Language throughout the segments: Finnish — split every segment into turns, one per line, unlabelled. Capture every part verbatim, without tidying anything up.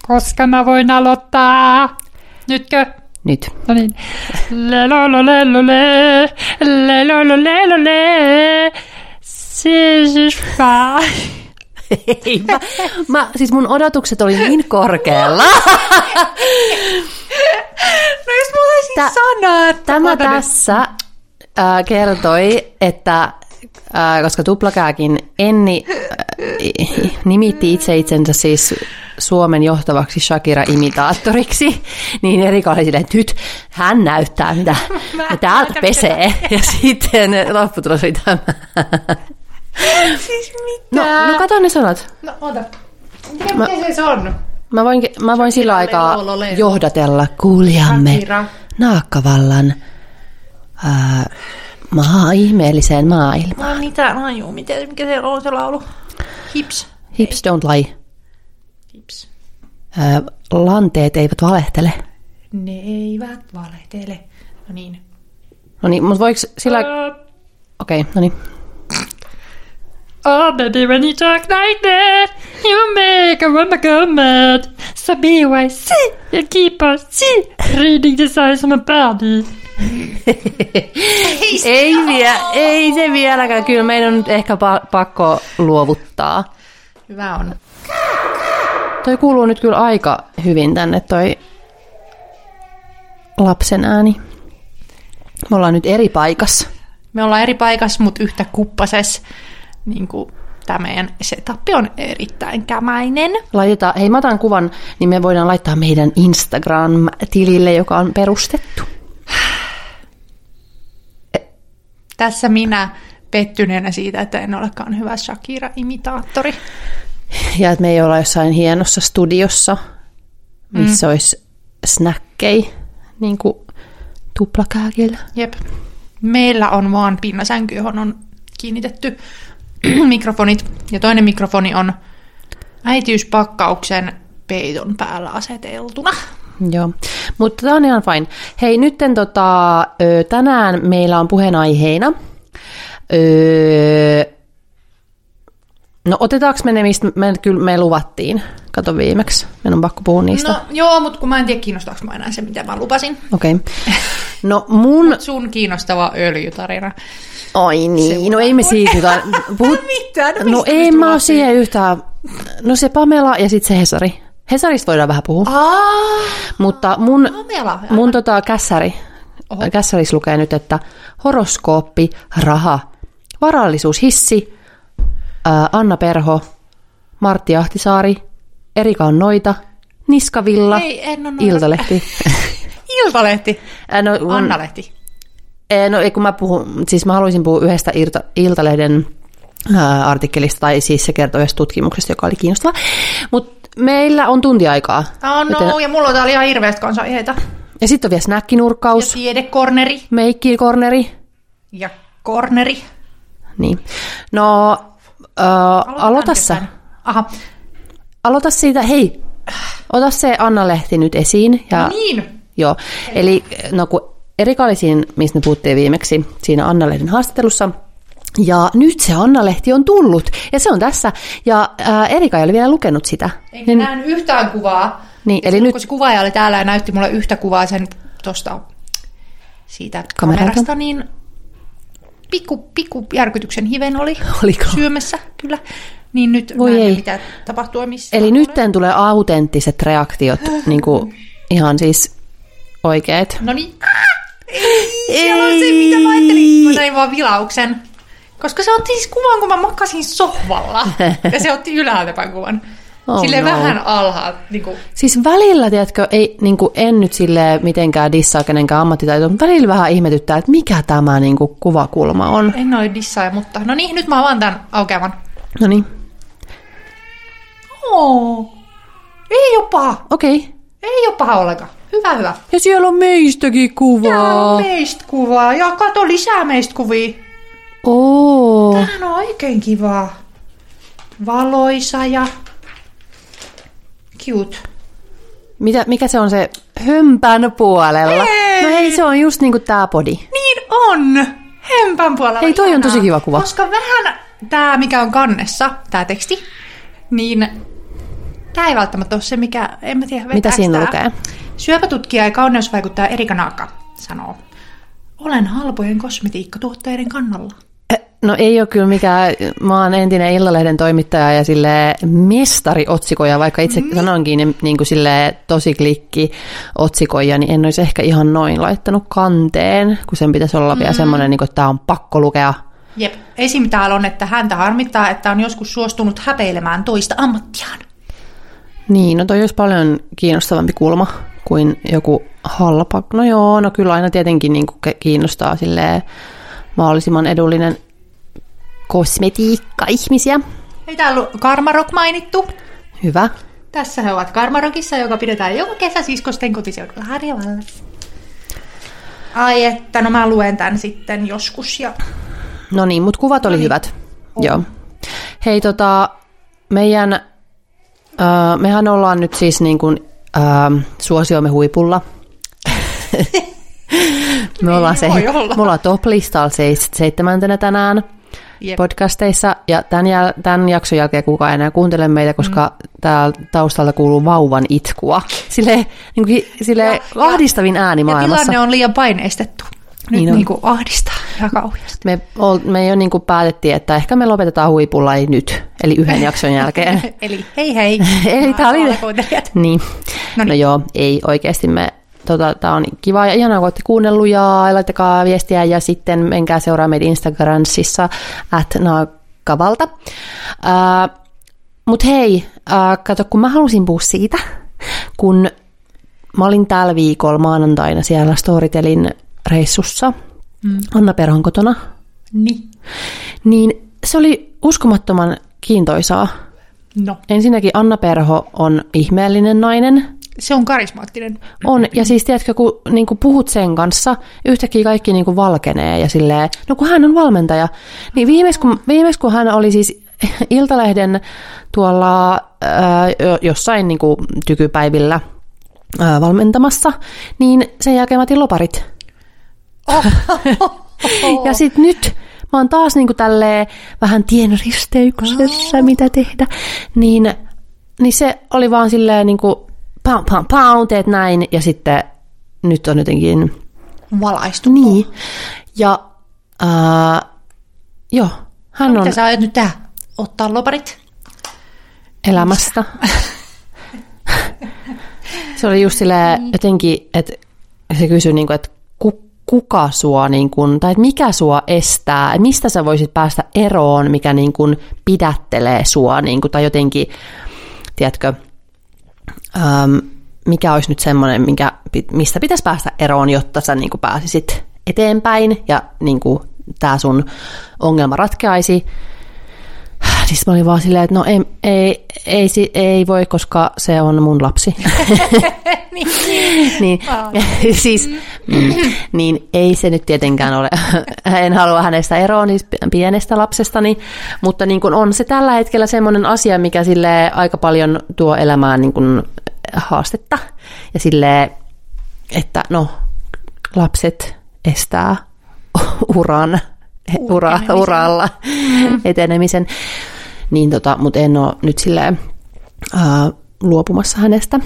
Koska mä voin aloittaa. Nytkö?
Nyt.
No niin. Lelololelole, lelololelole, sisispa.
Ei, mä, mä, siis mun odotukset oli niin korkealla.
No jos mulla olisi
Tä,
sanat.
Tämä tässä äh, kertoi, että äh, koska Tuplakääkin Enni äh, nimitti itse itsensä siis Suomen johtavaksi Shakira-imitaattoriksi, niin Erika oli silleen, että nyt hän näyttää, mitä täältä pesee. Ja sitten lopputulos oli tämä.
Siis mitä?
No, no kato ne sanat.
No ota. Tiedä, mä, mikä se on?
Mä voin, mä voin sillä aikaa
lelo, lelo.
johdatella kuulijamme
Shakira.
Naakkavallan ää, maa, ihmeelliseen maailmaan.
No mitä? No juu, miten, mikä se on se laulu? Hips.
Hips don't lie.
Hips.
Ää, lanteet eivät valehtele.
Ne eivät valehtele. No niin.
No niin, mutta voiko sillä...
Uh,
Okei, okay, no niin.
Oh baby, when you talk like that, you make a woman go mad. So be wise and keep on see reading the signs of my body.
ei, vie, ei se vieläkään. Kyllä meidän on nyt ehkä pa- pakko luovuttaa.
Hyvä on.
Toi kuuluu nyt kyllä aika hyvin tänne toi lapsen ääni. Me ollaan nyt eri paikassa.
Me ollaan eri paikassa, mutta yhtä kuppasessa. Niin kuin tämä meidän setup on erittäin kämäinen.
Laitetaan, hei mä otan kuvan, niin me voidaan laittaa meidän Instagram-tilille, joka on perustettu.
Tässä minä pettyneenä siitä, että en olekaan hyvä Shakira-imitaattori.
Ja että me ei olla jossain hienossa studiossa, missä mm. olisi snäkkejä, niin kuin Tuplakääkillä.
Jep. Meillä on vaan pinnasänky, johon on kiinnitetty mikrofonit. Ja toinen mikrofoni on äitiyspakkauksen peiton päällä aseteltuna.
Joo, mutta tämä on ihan fine. Hei, nytten tota, tänään meillä on puheenaiheina. Öö, no otetaanko me ne, mistä me, kyllä me luvattiin? Kato viimeksi, meidän on pakko puhua niistä.
No joo, mutta kun mä en tiedä kiinnostaako mä enää se, mitä mä lupasin.
Okei. Okay. No mun...
Mut sun kiinnostava öljytarina.
Oi niin, no ei me siitä nyt... Puhut...
Mitään, no,
no ei mä ole siihen yhtään... No se Pamela ja sitten se Hesari. Hesarista voidaan vähän puhua.
Aa,
Mutta mun,
Pamela,
mun tota kässäri, kässäris lukee nyt, että horoskooppi, raha, varallisuus, hissi, ää, Anna Perho, Martti Ahtisaari, Erika on noita, Niskavilla,
ei, en ole noita.
Iltalehti.
Iltalehti?
Ää, no, mun,
Anna-lehti.
Ää, no ei kun mä puhun, siis mä haluaisin puhua yhdestä Ilta, Iltalehden ää, artikkelista, tai siis se kertoo yhdestä tutkimuksesta, joka oli kiinnostava. Mutta meillä on tuntiaikaa.
Oh no, joten... ja mulla on täällä ihan hirveästi kansanaiheita.
Ja sitten on vielä snäkkinurkkaus.
Ja tiedekorneri.
Meikkikorneri.
Ja korneri.
Niin. No, äh, aloita sä.
Aha.
Aloita siitä, hei, ota se Anna-lehti nyt esiin. Ja,
no niin.
Joo, eli no kun Erika oli siinä, mistä me puhuttiin viimeksi, siinä Anna-lehden haastattelussa. Ja nyt se Anna-lehti on tullut, ja se on tässä. Ja ää, Erika ei ole vielä lukenut sitä.
Enkä niin, nähnyt yhtään kuvaa.
Niin, eli
silloin,
nyt...
kun se kuvaaja oli täällä ja näytti mulle yhtä kuvaa sen tuosta siitä
Kameralta.
kamerasta, niin pikku, pikku järkytyksen hiven oli
Oliko?
syömässä, kyllä. Niin nyt
Voi
mä en
ei.
tiedä, mitä tapahtuu missä.
Eli nyt tulee autenttiset reaktiot, niin kuin ihan siis oikeet.
No niin. Ei, siellä on se, mitä mä ajattelin. Mä näin vaan vilauksen. Koska se otti siis kuvan, kun mä makasin sohvalla. Ja se otti ylhäältä päin kuvan.
Oh
silleen
no.
vähän alhaalta. Niin kuin...
Siis välillä, tiedätkö, ei, niin kuin en nyt silleen mitenkään dissaa kenenkään ammattitaitoa, mutta välillä vähän ihmetyttää, että mikä tämä niin kuin kuvakulma on.
En ole dissaaja, mutta no niin, nyt mä avaan tämän aukeavan.
No niin.
Oo. Ei ole paha.
Okei. Okay.
Ei ole paha ollenkaan. Hyvä, hyvä.
Ja siellä on meistäkin kuvaa.
Täällä on meistä kuvaa. Ja kato lisää meistä kuvia.
Oo.
Tämähän on oikein kivaa. Valoisa ja cute.
Mitä, mikä se on se hömpän puolella?
Hei!
No hei, se on just niinku tää podi.
Niin on! Hempän puolella.
Hei, toi
ihanaa.
on tosi kiva kuva.
Koska vähän tää, mikä on kannessa, tää teksti, niin Tämä ei välttämättä ole se, mikä, en mä tiedä,
mitä siinä
tää.
lukee?
Syöpätutkija ja kauneusvaikuttaja Erika Naakka sanoo, olen halpojen kosmetiikkatuotteiden kannalla.
No ei ole kyllä mikään, mä oon entinen Illalehden toimittaja ja sille mestariotsikoja, vaikka itse mm. sanonkin niin kuin sille tosi klikki otsikoja, niin en olisi ehkä ihan noin laittanut kanteen, kun sen pitäisi olla mm. vielä semmoinen, niin kuin, että tämä on pakko lukea.
Jep. Esim. Täällä on, että häntä harmittaa, että on joskus suostunut häpeilemään toista ammattiaan.
Niin, no toi olisi paljon kiinnostavampi kulma kuin joku halpa. No joo, no kyllä aina tietenkin niin kuin kiinnostaa silleen mahdollisimman edullinen kosmetiikka-ihmisiä.
Ei täällä on Karmarok mainittu.
Hyvä.
Tässä he ovat Karmarokissa, joka pidetään joka kesä siskosten kotiseudulla Harjavallassa. Ai että, no mä luen tämän sitten joskus. Ja...
No niin, mutta kuvat oli no niin. hyvät. Oh. Joo. Hei, tota, meidän, äh, mehän ollaan nyt siis niin kuin, äh, suosiomme huipulla. me, ollaan se, me ollaan top-listalla seitsemäntenä tänään. Jep. Podcasteissa, ja tämän, jäl- tämän jakson jälkeen kukaan ei enää kuuntele meitä, koska mm. täällä taustalta kuuluu vauvan itkua. Silleen, niin kuin, silleen ja, ahdistavin ääni ja maailmassa.
Ja tilanne on liian paineistettu. Nyt niin niin kuin ahdistaa ihan kauheasti. Me,
me jo niin kuin päätettiin, että ehkä me lopetetaan huipulla, ei nyt, eli yhden jakson jälkeen.
eli hei hei.
eli tämä oli... Niin. No, no joo, ei oikeasti me... Tota, tämä on kiva ja ihanaa, kun olette kuunnellut ja laittakaa viestiä ja sitten menkää seuraa meidän Instagramissa at naakkavalta. Uh, Mutta hei, uh, kato, kun mä halusin puhua siitä, kun mä olin tällä viikolla maanantaina siellä Storytelin reissussa mm. Anna Perhon kotona,
niin.
niin se oli uskomattoman kiintoisaa.
No.
Ensinnäkin Anna Perho on ihmeellinen nainen.
Se on karismaattinen.
On, ja siis tiedätkö, kun niin kuin puhut sen kanssa, yhtäkkiä kaikki niin kuin valkenee ja silleen, no kun hän on valmentaja, niin viimeis kun, viimeis kun hän oli siis Iltalehden tuolla ää, jossain niin kuin tykypäivillä ää, valmentamassa, niin sen jälkeen mä otin loparit.
Oh.
ja sit nyt mä oon taas niin kuin tälleen vähän tien risteyksessä, oh. mitä tehdä, niin, niin se oli vaan silleen niin kuin pound, pound, pound, teet näin, ja sitten nyt on jotenkin...
Valaistu.
Niin. Ja äh, joo, hän
no,
on...
Mitä sä aiot nyt tehdä? Ottaa loparit?
Elämästä. Se oli just silleen niin. Jotenkin, että se kysyi, niin kuin, että kuka sua, niin kuin, tai että mikä sua estää, että mistä sä voisit päästä eroon, mikä niin kuin pidättelee sua, niin kuin, tai jotenkin, tiedätkö... Um, mikä olisi nyt semmoinen, minkä, mistä pitäisi päästä eroon, jotta sä niin kuin pääsisit eteenpäin ja niin kuin tämä sun ongelma ratkeaisi. Siis mä olin vaan silleen, että no ei, ei, ei, ei voi, koska se on mun lapsi.
niin,
niin, siis, mm, niin ei se nyt tietenkään ole. En halua hänestä eroon siis pienestä lapsestani, mutta niin kuin on se tällä hetkellä semmoinen asia, mikä sille aika paljon tuo elämään niin kuin haastetta. Ja silleen, että no, lapset estää uran, ura, uralla mm. etenemisen. Niin tota, mutta en ole nyt silleen uh, luopumassa hänestä.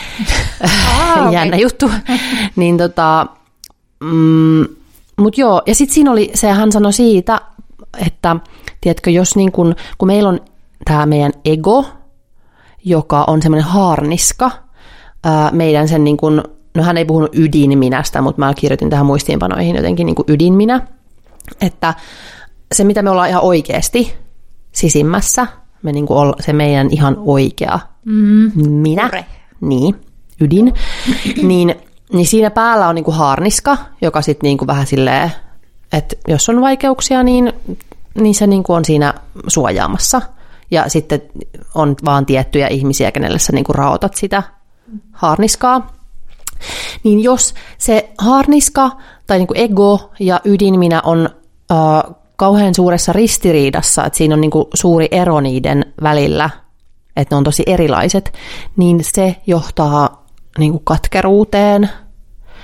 Ah, jännä okay. juttu. niin tota, mm, mut joo, ja sitten siinä oli, se hän sanoi siitä, että tiedätkö, jos niin kun, kun meillä on tämä meidän ego, joka on semmoinen haarniska, ää, meidän sen niin kun, no hän ei puhunut ydinminästä, mutta mä kirjoitin tähän muistiinpanoihin jotenkin niin kuin ydinminä, että se mitä me ollaan ihan oikeasti sisimmässä, me niin kuin olla, se meidän ihan oikea mm. minä, Ure. niin, ydin, niin, niin siinä päällä on niin kuin haarniska, joka sitten niin kuin vähän silleen, että jos on vaikeuksia, niin, niin se niin kuin on siinä suojaamassa. Ja sitten on vaan tiettyjä ihmisiä, kenelle sä niin kuin raotat sitä haarniskaa. Niin jos se haarniska tai niin kuin ego ja ydinminä on äh, kauhean suuressa ristiriidassa, että siinä on niin kuin suuri ero niiden välillä, että ne on tosi erilaiset, niin se johtaa niin kuin katkeruuteen.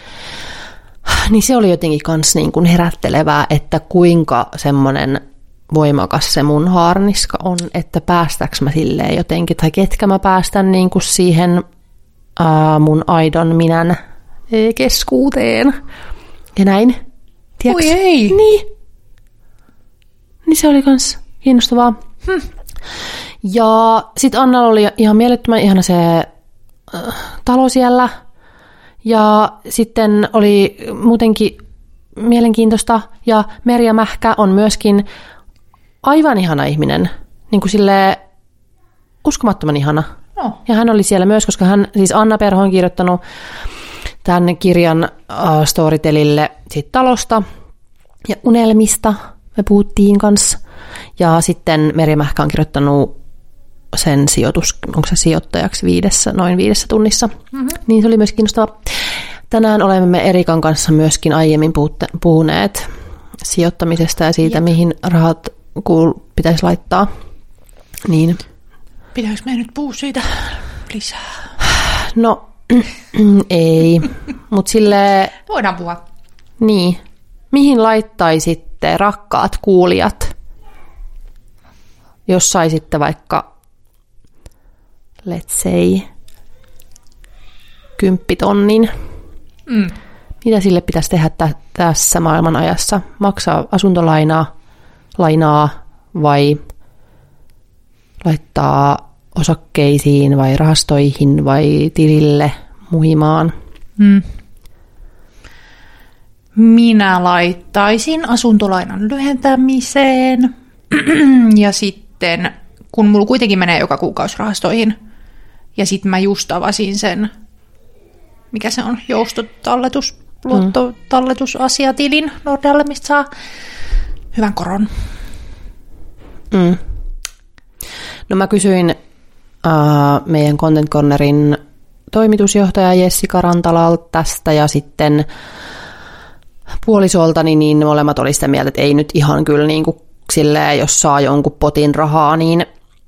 Niin se oli jotenkin kans niin kuin herättelevää, että kuinka semmoinen voimakas se mun haarniska on, että päästäks mä silleen jotenkin, tai ketkä mä päästän niin kuin siihen ää, mun aidon minän keskuuteen. Ja näin. Tiedätkö?
Oi ei!
Niin. Niin se oli kans kiinnostavaa. Hm. Ja sit Annalla oli ihan mielettömän ihana se äh, talo siellä. Ja sitten oli muutenkin mielenkiintoista. Ja Merja Mähkä on myöskin aivan ihana ihminen. Niin kuin silleen uskomattoman ihana.
No.
Ja hän oli siellä myös, koska hän, siis Anna Perho on kirjoittanut tämän kirjan uh, Storytelille siitä talosta ja unelmista. Me puhuttiin kanssa. Ja sitten Merja Mähkä on kirjoittanut sen sijoitus, onko se sijoittajaksi viidessä, noin viidessä tunnissa. Mm-hmm. Niin se oli myös kiinnostava. Tänään olemme Erikan kanssa myöskin aiemmin puhuneet sijoittamisesta ja siitä, Jep. mihin rahat kuul- pitäisi laittaa. Niin.
Pitäisikö me nyt puhua siitä lisää?
No, ei. Mutta silleen...
Voidaan puhua.
Niin. Mihin laittaisitte, rakkaat kuulijat, jos saisitte vaikka, let's say, kymppitonnin? Mm. Mitä sille pitäisi tehdä tä- tässä maailman ajassa? Maksaa asuntolainaa lainaa vai laittaa osakkeisiin vai rahastoihin vai tilille muhimaan?
Mm. Minä laittaisin asuntolainan lyhentämiseen ja sitten, kun mulla kuitenkin menee joka kuukausi rahastoihin, ja sitten mä just avasin sen, mikä se on, joustotalletus, luottotalletusasiatilin Nordealle, mistä saa hyvän koron.
Mm. No mä kysyin uh, meidän Content Cornerin toimitusjohtaja Jessica Rantalalta tästä ja sitten puolisoltani, niin molemmat oli sitä mieltä, että ei nyt ihan kyllä niin kuin silleen, jos saa jonkun potin rahaa, niin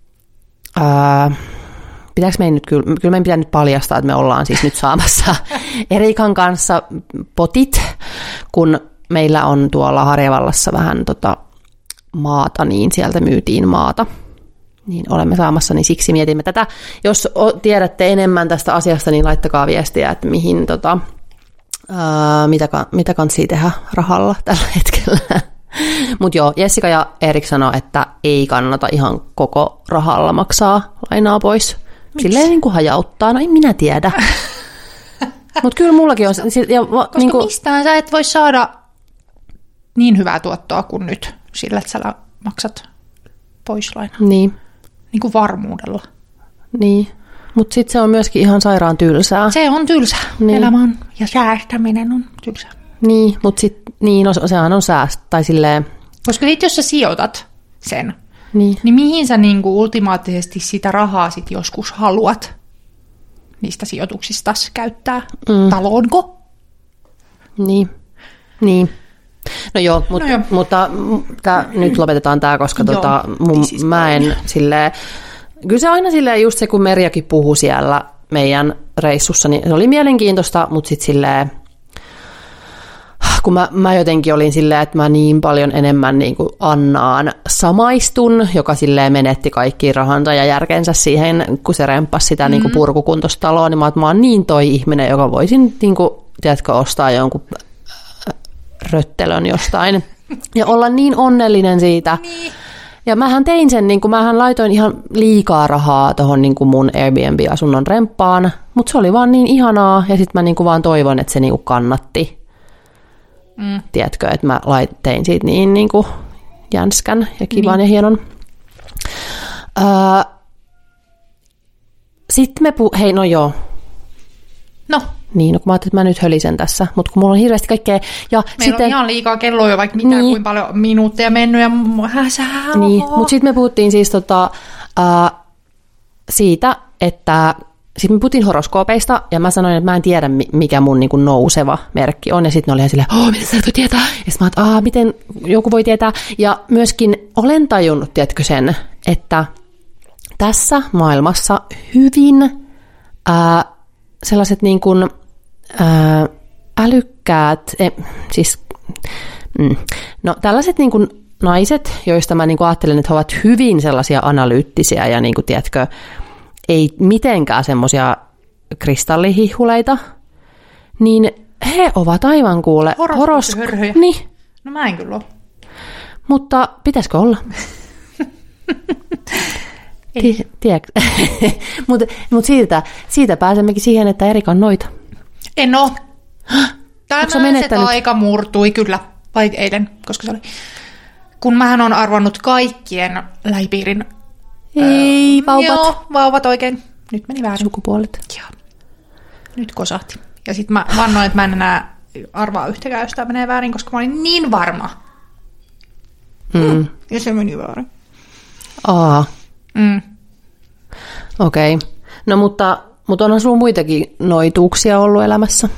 ää, pitääkö meidän nyt kyllä, kyllä meidän pitää nyt paljastaa, että me ollaan siis nyt saamassa Erikan kanssa potit, kun meillä on tuolla Harjavallassa vähän tota maata, niin sieltä myytiin maata. Niin olemme saamassa, niin siksi mietimme tätä. Jos tiedätte enemmän tästä asiasta, niin laittakaa viestiä, että mihin tota, ää, mitä, mitä kansi tehdä rahalla tällä hetkellä. Mutta joo, Jessica ja Erik sanoo, että ei kannata ihan koko rahalla maksaa lainaa pois. Miksi? Silleen niin kuin hajauttaa, no en minä tiedä. Mutta kyllä mullakin on... Ja,
Koska
niin kuin,
mistään sä et voi saada niin hyvää tuottoa kuin nyt, sillä että sä maksat pois lainaa.
Niin.
Niin kuin varmuudella.
Niin, mutta sitten se on myöskin ihan sairaan tylsää.
Se on tylsää. Niin. Elämä on, ja säästäminen on tylsää.
Niin, mutta sitten, niin, no, sehän on säästä, tai silleen...
Koska sitten jos sä sijoitat sen,
niin,
niin mihin sä niinku ultimaattisesti sitä rahaa sit joskus haluat niistä sijoituksista käyttää? Mm. Taloonko?
Niin, niin. No joo, mut, no joo. mutta tää, nyt lopetetaan tämä, koska tota, mun, siis mä en silleen... Kyllä se aina silleen just se, kun Merjakin puhui siellä meidän reissussa, niin se oli mielenkiintoista, mutta sitten silleen... Kun mä, mä jotenkin olin silleen, että mä niin paljon enemmän niin kuin Annaan samaistun, joka silleen menetti kaikki rahansa ja järkensä siihen, kun se remppasi sitä mm-hmm. niin kuin purkukuntostaloa, niin mä, mä oon niin toi ihminen, joka voisin, niin kuin, tiedätkö, ostaa jonkun röttelön jostain ja olla niin onnellinen siitä.
Niin.
Ja mähän tein sen, niin kuin mähän laitoin ihan liikaa rahaa tuohon niin kuin mun Airbnb-asunnon remppaan, mutta se oli vaan niin ihanaa ja sitten mä niin kuin vaan toivon, että se niin kuin kannatti. Mm. Tiedätkö, että mä tein siitä niin, niin kuin jänskän ja kivan niin. ja hienon. Öö, Sitten me puh... Hei, no joo.
No.
Niin, no kun mä ajattelin, että mä nyt hölisen tässä, mutta kun mulla on hirveästi kaikkea. Ja
meillä
sitten...
on ihan liikaa kelloa jo vaikka mitään, niin. kuinka paljon minuutteja mennyt ja häsää.
Niin, mutta sitten me puhuttiin siis tota, äh, siitä, että sitten me puhuttiin horoskoopeista, ja mä sanoin, että mä en tiedä, mikä mun niin kuin nouseva merkki on. Ja sitten ne oli ihan silleen, oh, miten sä et voi tietää? Ja sitten mä oon, että miten joku voi tietää? Ja myöskin olen tajunnut, tiedätkö sen, että tässä maailmassa hyvin ää, sellaiset niin kuin ää, älykkäät, eh, siis mm, no tällaiset niin kuin naiset, joista mä niin kuin ajattelen, että he ovat hyvin sellaisia analyyttisiä ja niin kuin, tiedätkö, ei mitenkään semmoisia kristallihihuleita, niin he ovat aivan kuule
horoskoopihörhyjä.
Niin.
No mä en kyllä ole.
Mutta pitäisikö olla?
Ei.
Tiedätkö? Mutta mut siitä, siitä pääsemmekin siihen, että Erika on noita.
En oo. Tänään se
menettänyt?
aika murtui kyllä, vai eilen, koska se oli. Kun mähän on arvannut kaikkien lähipiirin.
Ei,
öö,
vauvat.
Joo, vauvat oikein. Nyt meni väärin.
Sukupuolet.
Joo. Nyt kosahti. Ja sit mä vannoin, että mä en enää arvaa yhtäkään, jos tää menee väärin, koska mä olin niin varma.
Mm.
Ja se meni väärin.
Aa.
Mm.
Okei. Okay. No mutta, mutta onhan sulla muitakin noituuksia ollut elämässä.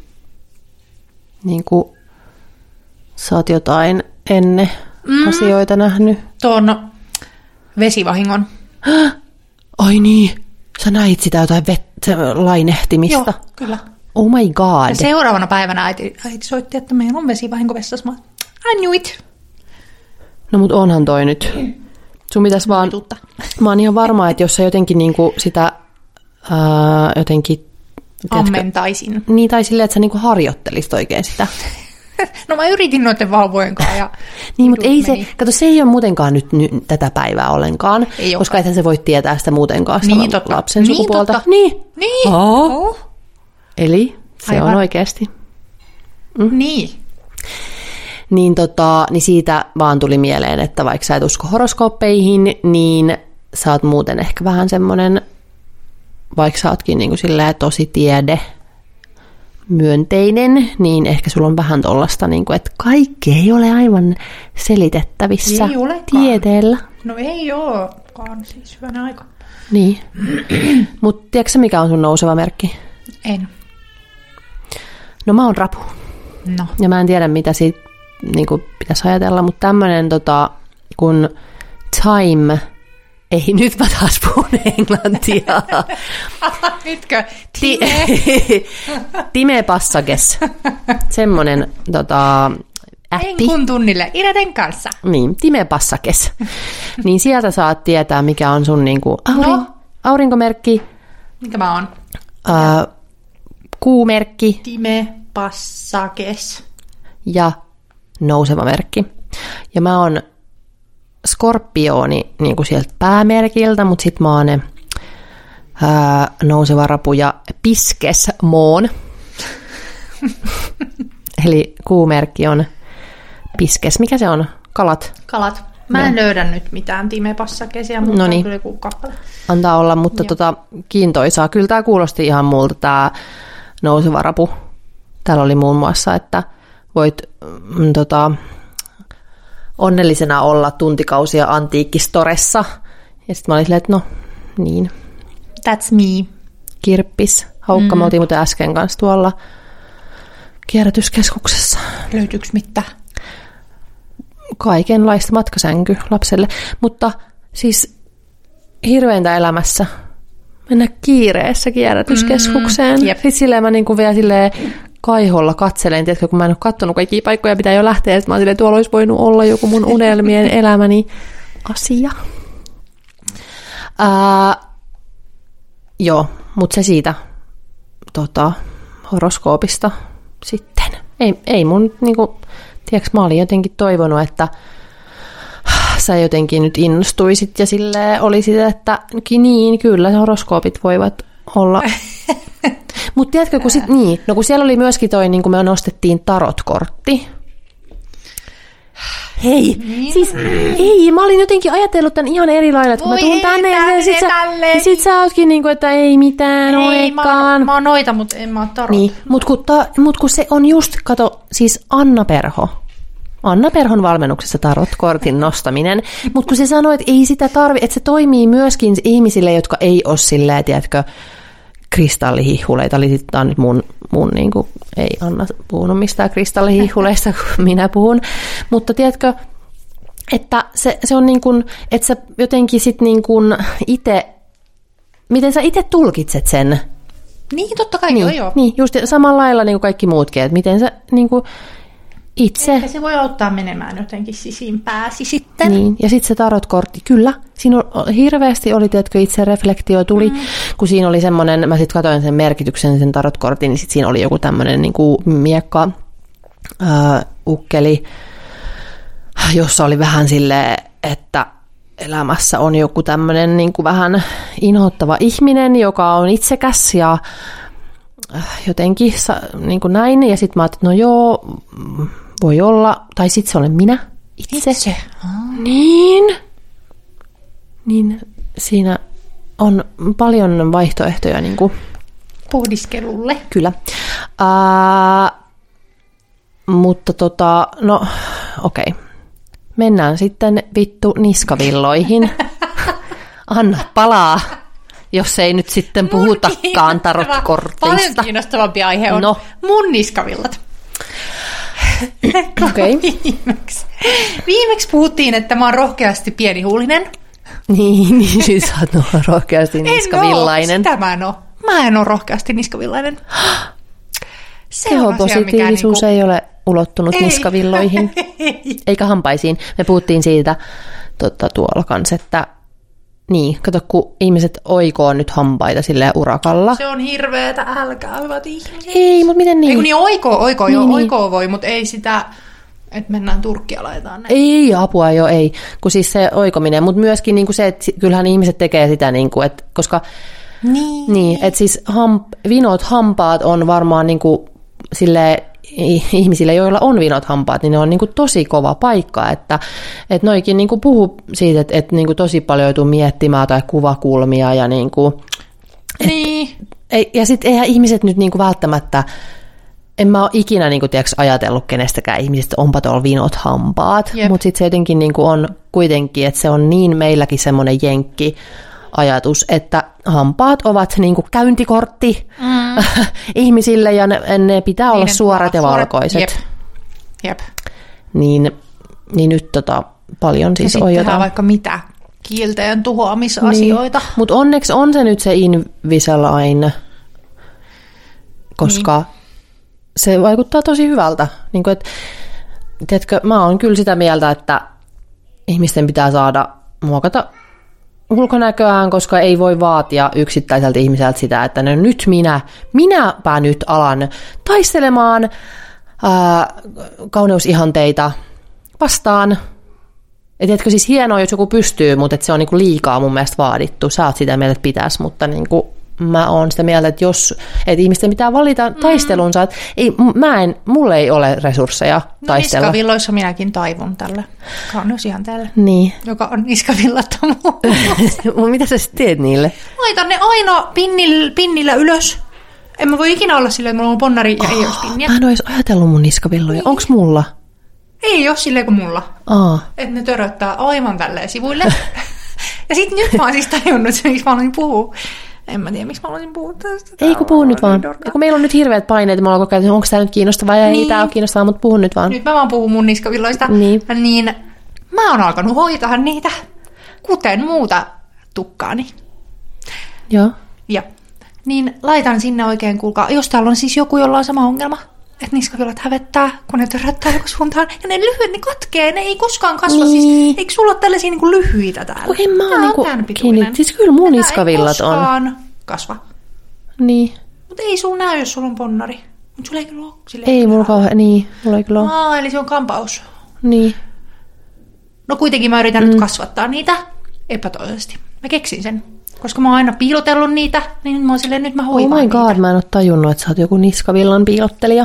Niin kuin sä oot jotain ennen mm. asioita nähnyt.
Tuon vesivahingon.
Ai niin. Sä näit sitä jotain vet- lainehtimista.
Joo, kyllä.
Oh my god.
Ja seuraavana päivänä äiti, äiti soitti, että meillä on vesivahinko vessassa. Mä I knew it.
No mut onhan toi nyt. Sun pitäis vaan...
Tutta.
Mä oon ihan varma, että jos sä jotenkin niinku sitä... Ää, jotenkin... Tiedätkö,
ammentaisin.
niin, tai silleen, että sä niinku harjoittelisit oikein sitä.
No mä yritin noiden vauvojen kanssa. Ja
niin, mutta ei se... Kato, se ei ole muutenkaan nyt, nyt tätä päivää ollenkaan.
Ei
koska ethän se voi tietää sitä muutenkaan sitä
niin, totta.
lapsen
niin,
sukupuolta.
Totta.
Niin.
Niin.
Oh.
Oh.
Eli se
Aivan.
on oikeasti.
Mm. Niin.
Niin, tota, niin siitä vaan tuli mieleen, että vaikka sä et usko horoskooppeihin, niin sä oot muuten ehkä vähän semmoinen, vaikka sä ootkin niin kuin silleen tosi tiede myönteinen, niin ehkä sulla on vähän tollasta, niin kuin, että kaikki ei ole aivan selitettävissä
ei olekaan.
tieteellä.
No ei olekaan, siis hyvänä aika.
Niin. Mutta tiedätkö mikä on sun nouseva merkki?
En.
No mä oon rapu.
No.
Ja mä en tiedä, mitä siitä niin kuin pitäisi ajatella, mutta tämmöinen, tota, kun time, ei nyt mä taas puhun englantia.
Nytkö? Time?
Time Passages. Semmoinen tota, appi.
Enkun tunnille Ireden kanssa.
Niin, Time Passages. Niin sieltä saat tietää, mikä on sun niin kuin, aurin,
no.
aurinkomerkki.
Mikä mä oon?
Ää, kuumerkki.
Time Passages.
Ja nouseva merkki. Ja mä oon skorpioni niin kuin sieltä päämerkiltä, mutta sit mä oon ne, ää, nouseva rapu ja piskes moon. Eli kuumerkki on piskes. Mikä se on? Kalat?
Kalat. Mä en no. löydä nyt mitään Time Passagesia, mutta
Noniin.
on kyllä joku kappale.
Antaa olla, mutta tota, kiintoisaa. Kyllä tää kuulosti ihan multa tää nouseva rapu. Täällä oli muun muassa, että voit mm, tota, onnellisena olla tuntikausia antiikkistoressa. Ja sitten mä olin silleen, että no niin.
That's me.
Kirppis. Haukka, mm. me oltiin muuten äsken kanssa tuolla kierrätyskeskuksessa.
Löytyykö mitään?
Kaikenlaista matkasänky lapselle. Mutta siis hirveintä elämässä mennä kiireessä kierrätyskeskukseen.
Mm, jep.
Sitten silleen mä niinku vielä silleen kaiholla katselen, tiedätkö, kun mä en ole kattonut kaikkia paikkoja, pitää jo lähteä, että mä oon silleen, tuolla olisi voinut olla joku mun unelmien elämäni asia. Ää, joo, mutta se siitä tota, horoskoopista sitten. Ei, ei mun, niinku, tiedätkö, mä olin jotenkin toivonut, että sä jotenkin nyt innostuisit ja silleen olisit, että niin, kyllä horoskoopit voivat olla. Mutta tiedätkö, kun, sit, niin, no kun siellä oli myöskin toi, niin kun me nostettiin tarotkortti. Hei, niin. siis ei, mä olin jotenkin ajatellut tämän ihan eri lailla, että kun mä tuun tänne ja sit sä, ja sit sä ootkin niin kuin, että ei mitään olekaan.
Mä, mä oon noita, mutta en mä oo tarot.
Niin, mutta kun, mut kun se on just, kato, siis Anna Perho. Anna Perhon valmennuksessa tarotkortin nostaminen, mutta kun se sanoi, että ei sitä tarvi, että se toimii myöskin ihmisille, jotka ei ole silleen, tiedätkö, kristallihihuleita, eli sitten on nyt mun, mun niin kuin, ei Anna puhunut mistään kristallihihuleista, kun minä puhun, mutta tiedätkö, että se, se on niin kuin, että sä jotenkin sit niin kuin itse, miten sä itse tulkitset sen?
Niin, totta kai,
niin,
joo, joo.
Niin, just samalla lailla niin kuin kaikki muutkin, että miten sä niin kuin, itse.
Ehkä se voi auttaa menemään jotenkin sisimpääsi sitten.
Niin, ja sitten se tarotkortti, kyllä. Siinä on, hirveästi oli, tiedätkö, itse reflektio tuli, mm. kun siinä oli semmoinen, mä sitten katsoin sen merkityksen, sen tarotkortin, niin sitten siinä oli joku tämmöinen niin kuin miekka, äh, ukkeli, jossa oli vähän silleen, että elämässä on joku tämmöinen niin kuin vähän inhottava ihminen, joka on itsekäs ja jotenkin niin kuin näin. Ja sitten mä ajattelin, että no joo, voi olla. Tai sitten se olen minä itse.
Itse.
Oh. Niin. Niin siinä on paljon vaihtoehtoja. Niin kuin.
Pohdiskelulle.
Kyllä. Uh, mutta tota, no okei. Okay. Mennään sitten vittu niskavilloihin. Anna palaa, jos ei nyt sitten puhutakaan tarotkorteista.
Paljon kiinnostavampi aihe on no. mun niskavillat.
Okay.
Viimeksi. Viimeksi puhuttiin, että mä oon rohkeasti pienihuulinen.
Niin, niin siis sä oot rohkeasti niskavillainen.
En oo, sitä mä en oo. Mä en oo rohkeasti niskavillainen.
Kehopositiivisuus niinku... ei ole ulottunut ei. niskavilloihin, eikä hampaisiin. Me puhuttiin siitä tota, tuolla kanssa, että niin, kato, kun ihmiset oikoo nyt hampaita silleen urakalla.
Se on hirveetä, älkää hyvät ihmiset.
Ei, mutta miten niin?
Ei kun niin oikoo, oikoo
niin,
jo,
niin.
oikoo voi, mutta ei sitä, että mennään Turkkia laitetaan näin.
Ei, apua jo, ei. Kun siis se oikominen, mutta myöskin niin kuin se, että kyllähän ihmiset tekee sitä, niin kuin, että koska
niin,
niin että siis hamp, vinot hampaat on varmaan niin kuin silleen, ihmisille, joilla on vinot hampaat, niin ne on niin kuin tosi kova paikka, että, että noikin niin kuin puhuu siitä, että, että niin kuin tosi paljon joutuu miettimään tai kuvakulmia ja niin kuin,
niin.
Et, ja sitten eihän ihmiset nyt niin kuin välttämättä, en mä ole ikinä niin kuin, tiiäks, ajatellut kenestäkään ihmisistä, onpa tuolla vinot hampaat, mutta sitten se jotenkin niin kuin on kuitenkin, että se on niin meilläkin semmoinen jenkki ajatus, että hampaat ovat niin kuin käyntikortti mm. ihmisille ja ne, ne pitää niin olla suorat ja valkoiset.
Jep. Jep.
Niin, niin nyt tota, paljon siis
on
jotain.
Vaikka mitä kiilteen tuhoamisasioita.
Niin. Mutta onneksi on se nyt se Invisalign, koska niin. se vaikuttaa tosi hyvältä. Niin kuin, et, tiedätkö, mä oon kyllä sitä mieltä, että ihmisten pitää saada muokata ulkonäköään, koska ei voi vaatia yksittäiseltä ihmiseltä sitä, että no nyt minä, minäpä nyt alan taistelemaan ää, kauneusihanteita vastaan. Et tiedätkö, siis hienoa, jos joku pystyy, mutta et se on niinku liikaa mun mielestä vaadittu. Sä oot sitä mieltä, että pitäisi, mutta niinku mä oon sitä mieltä, että jos et ihmisten pitää valita mm. taistelunsa, että ei, mä en, mulle ei ole resursseja no, taistella.
Niskavilloissa minäkin taivun tällä kauneusihanteella,
niin.
joka on niskavillattomuus.
Mitä sä sitten teet niille?
Laitan ne aina pinnillä, pinnillä ylös. En mä voi ikinä olla silleen, että mulla on ponnari ja oh, ei ole pinniä.
Mä en ois ajatellut mun niskavilloja. Niin. Onks mulla?
Ei ole silleen kuin mulla.
Oh.
Että ne töröttää aivan tälleen sivuille. Ja sit nyt mä oon siis tajunnut, miksi mä aloin puhua. En mä tiedä, miksi mä aloin puhua tästä.
Ei kun puhu nyt vaan. Kun meillä on nyt hirveät paineet, me ollaan koko ajan, onko tämä nyt kiinnostavaa ja niin. Ei tämä ole kiinnostavaa, mutta puhun nyt vaan.
Nyt mä vaan puhun mun niskavilloista.
Niin.
Niin mä oon alkanut hoitaa niitä, kuten muuta tukkaani.
Joo.
Ja niin laitan sinne oikein, kuulkaa, jos täällä on siis joku, jolla on sama ongelma, että niskavillat hävettää, kun ne törröttää joku suuntaan, ja ne lyhyet, ne katkee, ne ei koskaan kasva. Niin. Siis, eikö sulla ole tällaisia niin kuin lyhyitä täällä?
Kun en mä ole niinku kiinni. Siis kyllä mun niskavillat on.
Ei koskaan kasva.
Niin.
Mutta ei sulla näy, jos sulla on ponnari. Mutta sulla ei kyllä ole.
Ei mulla kauhean, niin, mulla ei kyllä ole.
Aa, eli se on kampaus.
Niin.
No kuitenkin mä yritän mm. nyt kasvattaa niitä epätoivoisesti. Mä keksin sen. Koska mä oon aina piilotellut niitä, niin mä oon silleen, nyt mä hoivaan
niitä. Oh my god,
niitä.
mä en ole tajunnut, että sä oot joku niskavillan piilottelija.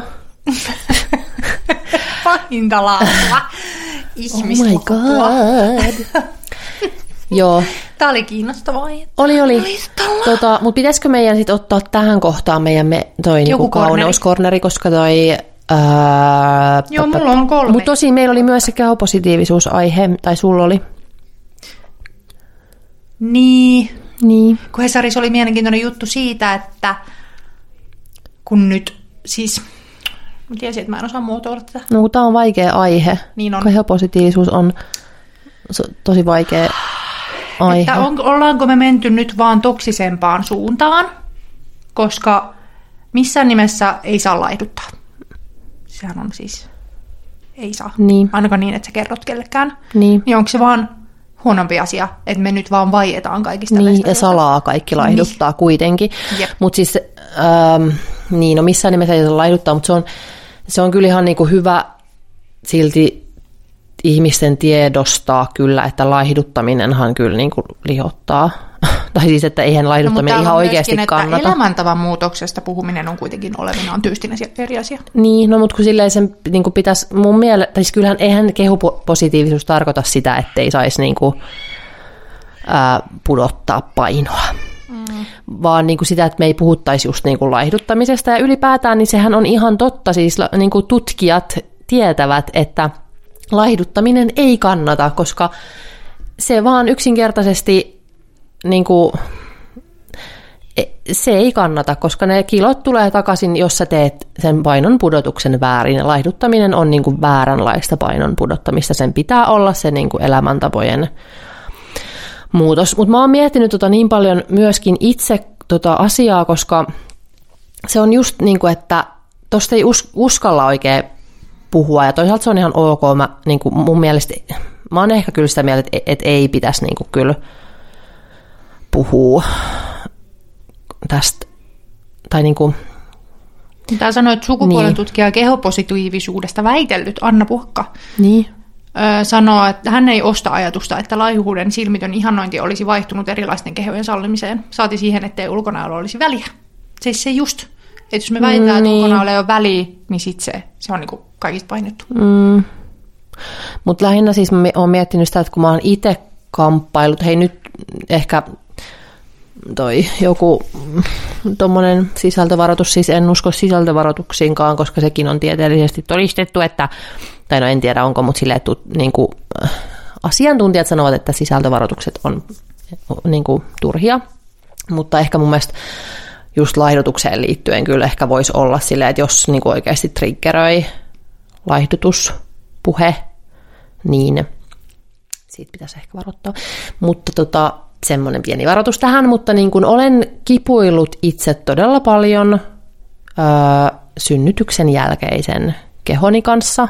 Pahinta lailla.
Oh my god. Joo.
Tää oli kiinnostavaa.
Oli, oli. Tota, mutta pitäisikö meidän sit ottaa tähän kohtaan meidän me, toi niinku kauneuskorneri, koska toi... Ää,
Joo, mulla on kolme.
Mutta tosi meillä oli myös se kehopositiivisuusaihe, tai sulla oli.
Niin.
Niin.
Kun Hesarissa oli mielenkiintoinen juttu siitä, että kun nyt siis... Mä tiesin, että mä en osaa muotoilla tätä.
No kun tää on vaikea aihe.
Niin on.
Kehopositiivisuus on tosi vaikea aihe.
Että on, ollaanko me menty nyt vaan toksisempaan suuntaan, koska missään nimessä ei saa laihduttaa. Sehän on siis ei saa.
Niin.
Ainakaan niin, että sä kerrot kellekään.
Niin.
Niin onko se vaan huonompi asia, että me nyt vaan vaietaan kaikista
niin,
näistä
ja salaa kaikki laihduttaa niin. kuitenkin. Mutta siis, ähm, niin, no missään nimessä ei saa laihduttaa, mutta se on, se on kyllä ihan niinku hyvä silti ihmisten tiedostaa kyllä, että laihduttaminenhan kyllä niinku lihottaa. Tai siis, että eihän laihduttaminen no, ihan oikeasti myöskin, kannata.
Että elämäntavan muutoksesta puhuminen on kuitenkin olevinaan tyystin eri asia.
Niin, no mutta kun silleen sen niin kuin pitäisi, mun mielestä, tai siis kyllähän eihän kehupositiivisuus tarkoita sitä, ettei saisi niin kuin, ää, pudottaa painoa. Mm. Vaan niin kuin sitä, että me ei puhuttaisi just niin kuin laihduttamisesta. Ja ylipäätään, niin sehän on ihan totta, siis niin kuin tutkijat tietävät, että laihduttaminen ei kannata, koska se vaan yksinkertaisesti niin kuin, se ei kannata, koska ne kilot tulee takaisin, jos sä teet sen painon pudotuksen väärin. Laihduttaminen on niin kuin vääränlaista painon pudottamista. Sen pitää olla se niin kuin elämäntapojen muutos. Mutta mä oon miettinyt tota niin paljon myöskin itse tota asiaa, koska se on just niin kuin, että tosta ei us- uskalla oikein puhua. Ja toisaalta se on ihan ok. Mä, niin kuin mun mielestä, mä oon ehkä kyllä sitä mieltä, että, että ei pitäisi niin kuin kyllä puhua tästä, tai niin kuin...
Tää sanoit sukupuolen tutkija kehopositiivisuudesta väitellyt Anna Puhakka.
Niin.
Öö, sanoo, että hän ei osta ajatusta, että laihuuden silmitön ihannointi olisi vaihtunut erilaisten kehojen sallimiseen. Saati siihen, ettei ulkonäöllä olisi väliä. Siis se just, että jos me väitetään, mm, niin. että ulkonäöllä ei ole väliä, niin sit se, se on niinku kaikista painettu. Mm.
Mutta lähinnä siis mä oon miettinyt sitä, että kun mä oon itse kamppailut, hei nyt ehkä... toi joku tommonen sisältövaroitus, siis en usko sisältövaroituksiinkaan, koska sekin on tieteellisesti todistettu, että, tai no en tiedä onko, mutta silleen, että niin kuin, asiantuntijat sanovat, että sisältövaroitukset on niin kuin, turhia, mutta ehkä mun mielestä just laihdutukseen liittyen kyllä ehkä voisi olla silleen, että jos niin kuin oikeasti triggeröi laihdutuspuhe, niin siitä pitäisi ehkä varoittaa, mutta tota semmoinen pieni varoitus tähän, mutta niin kuin olen kipuillut itse todella paljon öö, synnytyksen jälkeisen kehoni kanssa,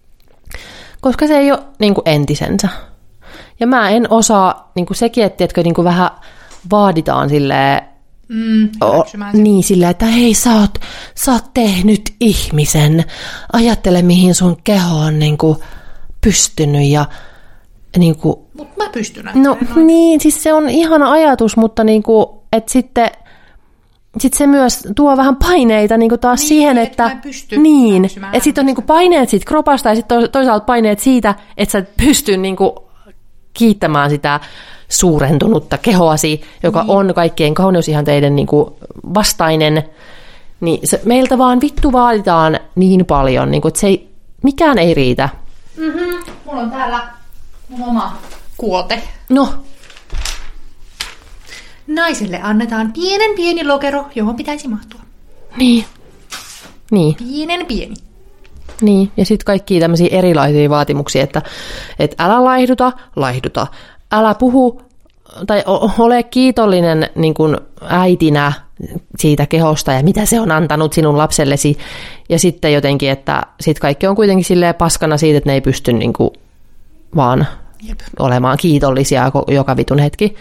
koska se ei ole niin kuin entisensä. Ja mä en osaa, niin kuin sekin, että tiedätkö, niin kuin vähän vaaditaan silleen, mm, o, niin silleen, että hei sä oot, sä oot tehnyt ihmisen, ajattele mihin sun keho on niin kuin pystynyt ja niin kuin,
mutta mä pystyn.
No niin, siis se on ihana ajatus, mutta niinku, että sitten sit se myös tuo vähän paineita niinku taas
niin,
siihen,
et
että
niin,
että sitten on niinku paineet siitä kropasta ja sitten toisaalta paineet siitä, että sä et pysty niinku kiittämään sitä suurentunutta kehoasi, joka niin. on kaikkien kauneusihanteiden niinku vastainen. Niin se, meiltä vaan vittu vaaditaan niin paljon, niinku, että se ei, mikään ei riitä.
Mm-hmm. Mulla on täällä mun oma kuote.
No.
Naiselle annetaan pienen pieni lokero, johon pitäisi mahtua.
Niin. Niin.
Pienen pieni.
Niin, ja sitten kaikkia tämmöisiä erilaisia vaatimuksia, että, että älä laihduta, laihduta. Älä puhu tai ole kiitollinen niin kuin äitinä siitä kehosta ja mitä se on antanut sinun lapsellesi. Ja sitten jotenkin, että sit kaikki on kuitenkin silleen paskana siitä, että ne ei pysty niin kuin vaan Jep. olemaan kiitollisia joka vitun hetki.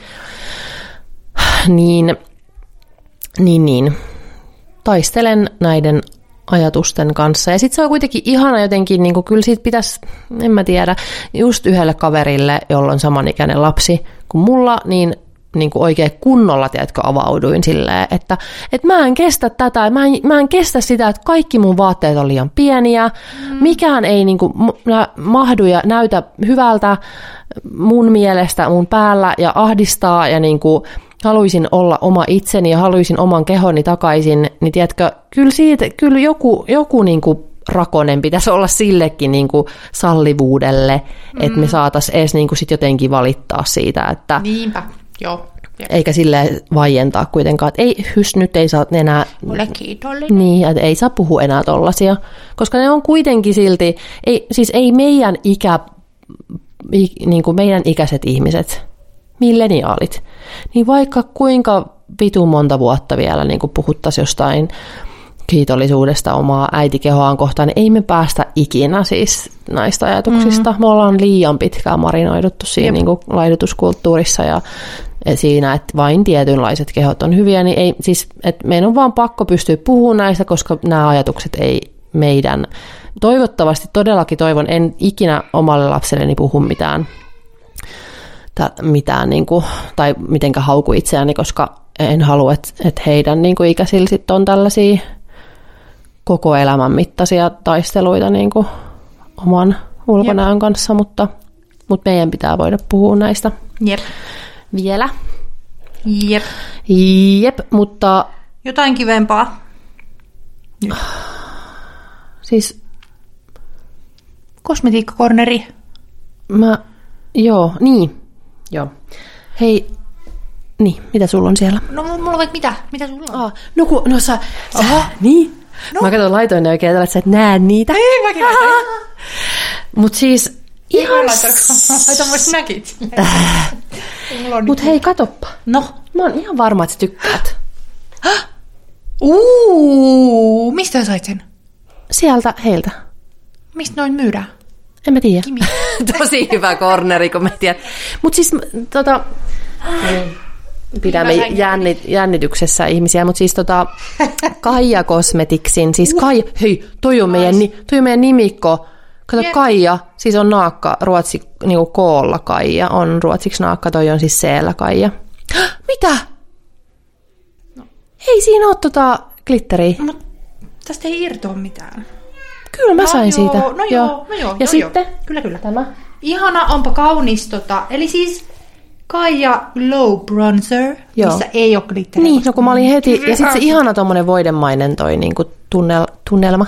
Niin, niin, niin. Taistelen näiden ajatusten kanssa. Ja sitten se on kuitenkin ihana jotenkin, niin kuin, kyllä siitä pitäisi, en mä tiedä, just yhdelle kaverille, jolla on samanikäinen lapsi kuin mulla, niin, niin kuin oikein kunnolla, tiedätkö, avauduin silleen, että, että mä en kestä tätä, mä en, mä en kestä sitä, että kaikki mun vaatteet on liian pieniä, mm. mikään ei niin kuin, mahdu ja näytä hyvältä mun mielestä mun päällä ja ahdistaa ja niin kuin, haluaisin olla oma itseni ja haluaisin oman kehoni takaisin, niin tiedätkö, kyllä, siitä, kyllä joku, joku niin kuin rakonen pitäisi olla sillekin niin kuin sallivuudelle, mm. että me saataisiin edes niin kuin sit jotenkin valittaa siitä, että
niinpä, joo.
Eikä silleen vaientaa kuitenkaan, että ei, hys, nyt ei saa enää...
Ole kiitollinen.
Niin, että ei saa puhua enää tollaisia, koska ne on kuitenkin silti, ei, siis ei meidän ikä, niin kuin meidän ikäiset ihmiset, milleniaalit, niin vaikka kuinka vitun monta vuotta vielä niin kuin puhuttaisiin jostain kiitollisuudesta omaa äitikehoaan kohtaan, niin ei me päästä ikinä siis näistä ajatuksista. Mm. Me ollaan liian pitkään marinoiduttu siinä niin kuin laihdutuskulttuurissa ja siinä, että vain tietynlaiset kehot on hyviä, niin ei, siis, että meidän on vaan pakko pystyä puhumaan näistä, koska nämä ajatukset ei meidän, toivottavasti todellakin toivon, en ikinä omalle lapselleni puhu mitään, mitään niin kuin, tai mitenkä hauku itseäni, koska en halua, että, että heidän niin kuin ikäisillä sit on tällaisia koko elämän mittaisia taisteluita niin kuin oman ulkonäön Jep. kanssa, mutta, mutta meidän pitää voida puhua näistä
Jep.
vielä.
Jep.
Jep, mutta...
Jotain kivempaa. Nyt.
Siis...
Kosmetiikkakorneri.
Mä... Joo, niin. Joo. Hei... Niin, mitä sulla on siellä?
No mulla on vaikka mitä? Mitä sulla on?
Aa, no kun, no sä... Oho, niin. No. Mä katson, laitoin ne oikein, että sä et näe niitä.
Ei, mäkin laitoin.
Mut siis...
Ihan... Laitan myös näkit.
Mut hei, katoppa.
No?
Mä oon ihan varma, että sä tykkäät.
Uuu, mistä sä sait sen?
Sieltä heiltä.
Mistä noin myydään?
En mä tiedä. Tosi hyvä corneri, kun mä tiedän. Mut siis, tota... Pidämme jännit, jännityksessä ihmisiä, mutta siis tota, Kaija Cosmeticsin, siis Kaija, hei, toi on meidän, toi on meidän nimikko. Kato, yeah. Kaija, siis on naakka, ruotsi, niinku koolla Kaija, on ruotsiksi naakka, toi on siis seellä Kaija. Mitä? No. Ei siinä ole tota glitteriä.
No, tästä ei irtoa mitään.
Kyllä mä no, sain
joo,
siitä.
No joo, joo. No joo
ja
joo,
sitten?
Joo. Kyllä, kyllä.
Tämä.
Ihana, onpa kaunis tota, eli siis Kaija Glow Bronzer, joo. Missä ei ole glitteriä.
Niin, no kun mä olin heti, ja sitten se ihana tommonen voidemainen toi niinku tunnel, tunnelma.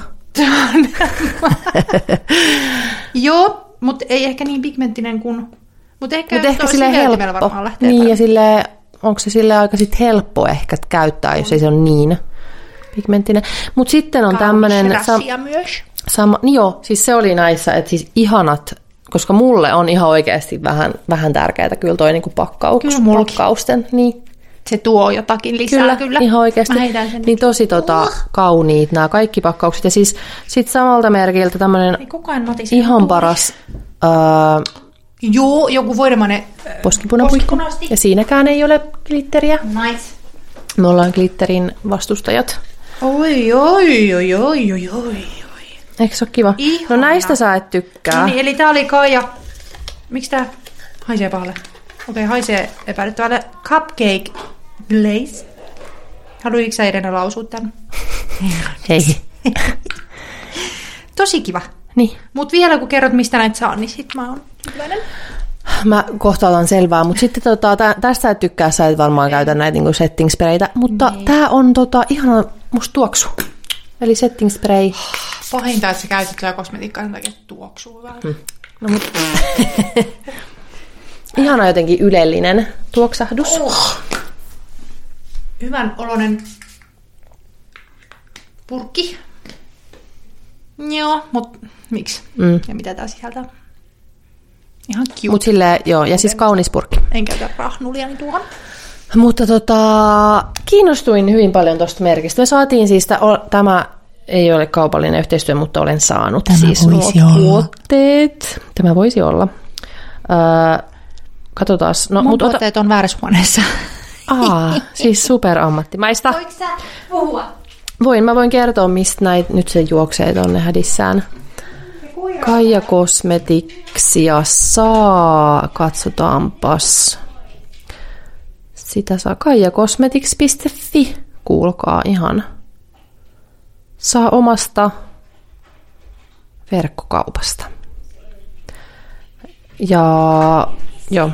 Joo, mutta ei ehkä niin pigmenttinen kuin... Mutta ehkä,
Mut ehkä silleen helppo. Niin, ja silleen, onko se silleen aika sit helppo ehkä käyttää, jos ei se ole niin pigmenttinen. Mutta sitten on tämmöinen...
Sam- myös.
Sama, niin joo, siis se oli näissä, että siis ihanat, koska mulle on ihan oikeasti vähän, vähän tärkeää kyllä toi niinku pakkaus, kyllä pakkausten. Niin.
Se tuo jotakin lisää kyllä. kyllä.
Ihan oikeasti. Niin tosi tota, kauniit nämä kaikki pakkaukset. Ja siis sit samalta merkiltä tämmönen ihan paras... Öö,
joo, joku voidemainen
poskipunapuikko. Ja siinäkään ei ole glitteriä.
Nice.
Me ollaan glitterin vastustajat.
Oi, oi, oi, oi, oi, oi.
Eikö se ole kiva? Ihana. No näistä sä et tykkää.
No niin, eli tää oli Kaija. Miksi tää haisee pahalle? Okei, okay, haisee epäilyttävälle. Cupcake Glaze. Haluatko sä Irene lausua tän?
Hei.
Tosi kiva.
Niin.
Mut vielä kun kerrot, mistä näitä saa, niin sit mä oon tyytyväinen.
Mä kohta otan selvää, mutta sitten tota, tä, tästä et tykkää, sä et varmaan Ei. käytä näitä niinku setting spraytä, mutta niin. Tää on tota, ihana musta tuoksu. Eli setting spray.
Pahinta, että sä käytät tätä kosmetiikkaa sen takia, että tuoksuu hyvältä. Hmm.
No, mut... ihana jotenkin ylellinen tuoksahdus.
Oh. Hyvän oloinen purkki. Joo, mut miksi? Mm. Ja mitä tää sisältää? Ihan cute.
Mut silleen, joo, ja siis kaunis purkki.
En käytä rahnuliani tuohon.
Mutta tota, kiinnostuin hyvin paljon tosta merkistä. Me saatiin siis, tämä ei ole kaupallinen yhteistyö, mutta olen saanut
tämä
siis
voisi
nuo tuotteet. Tämä voisi olla. Öö, katsotaan. No,
mun tuotteet ota... on väärässä huoneessa.
Aa, siis super ammattimaista.
Voitko sä puhua?
Voin, mä voin kertoa, mistä näitä nyt se juoksee tonne hädissään. Kaija Cosmeticsia saa, katsotaanpas. Sitä saa kaija cosmetics piste fi, kuulkaa ihan. Saa omasta verkkokaupasta. Ja joo.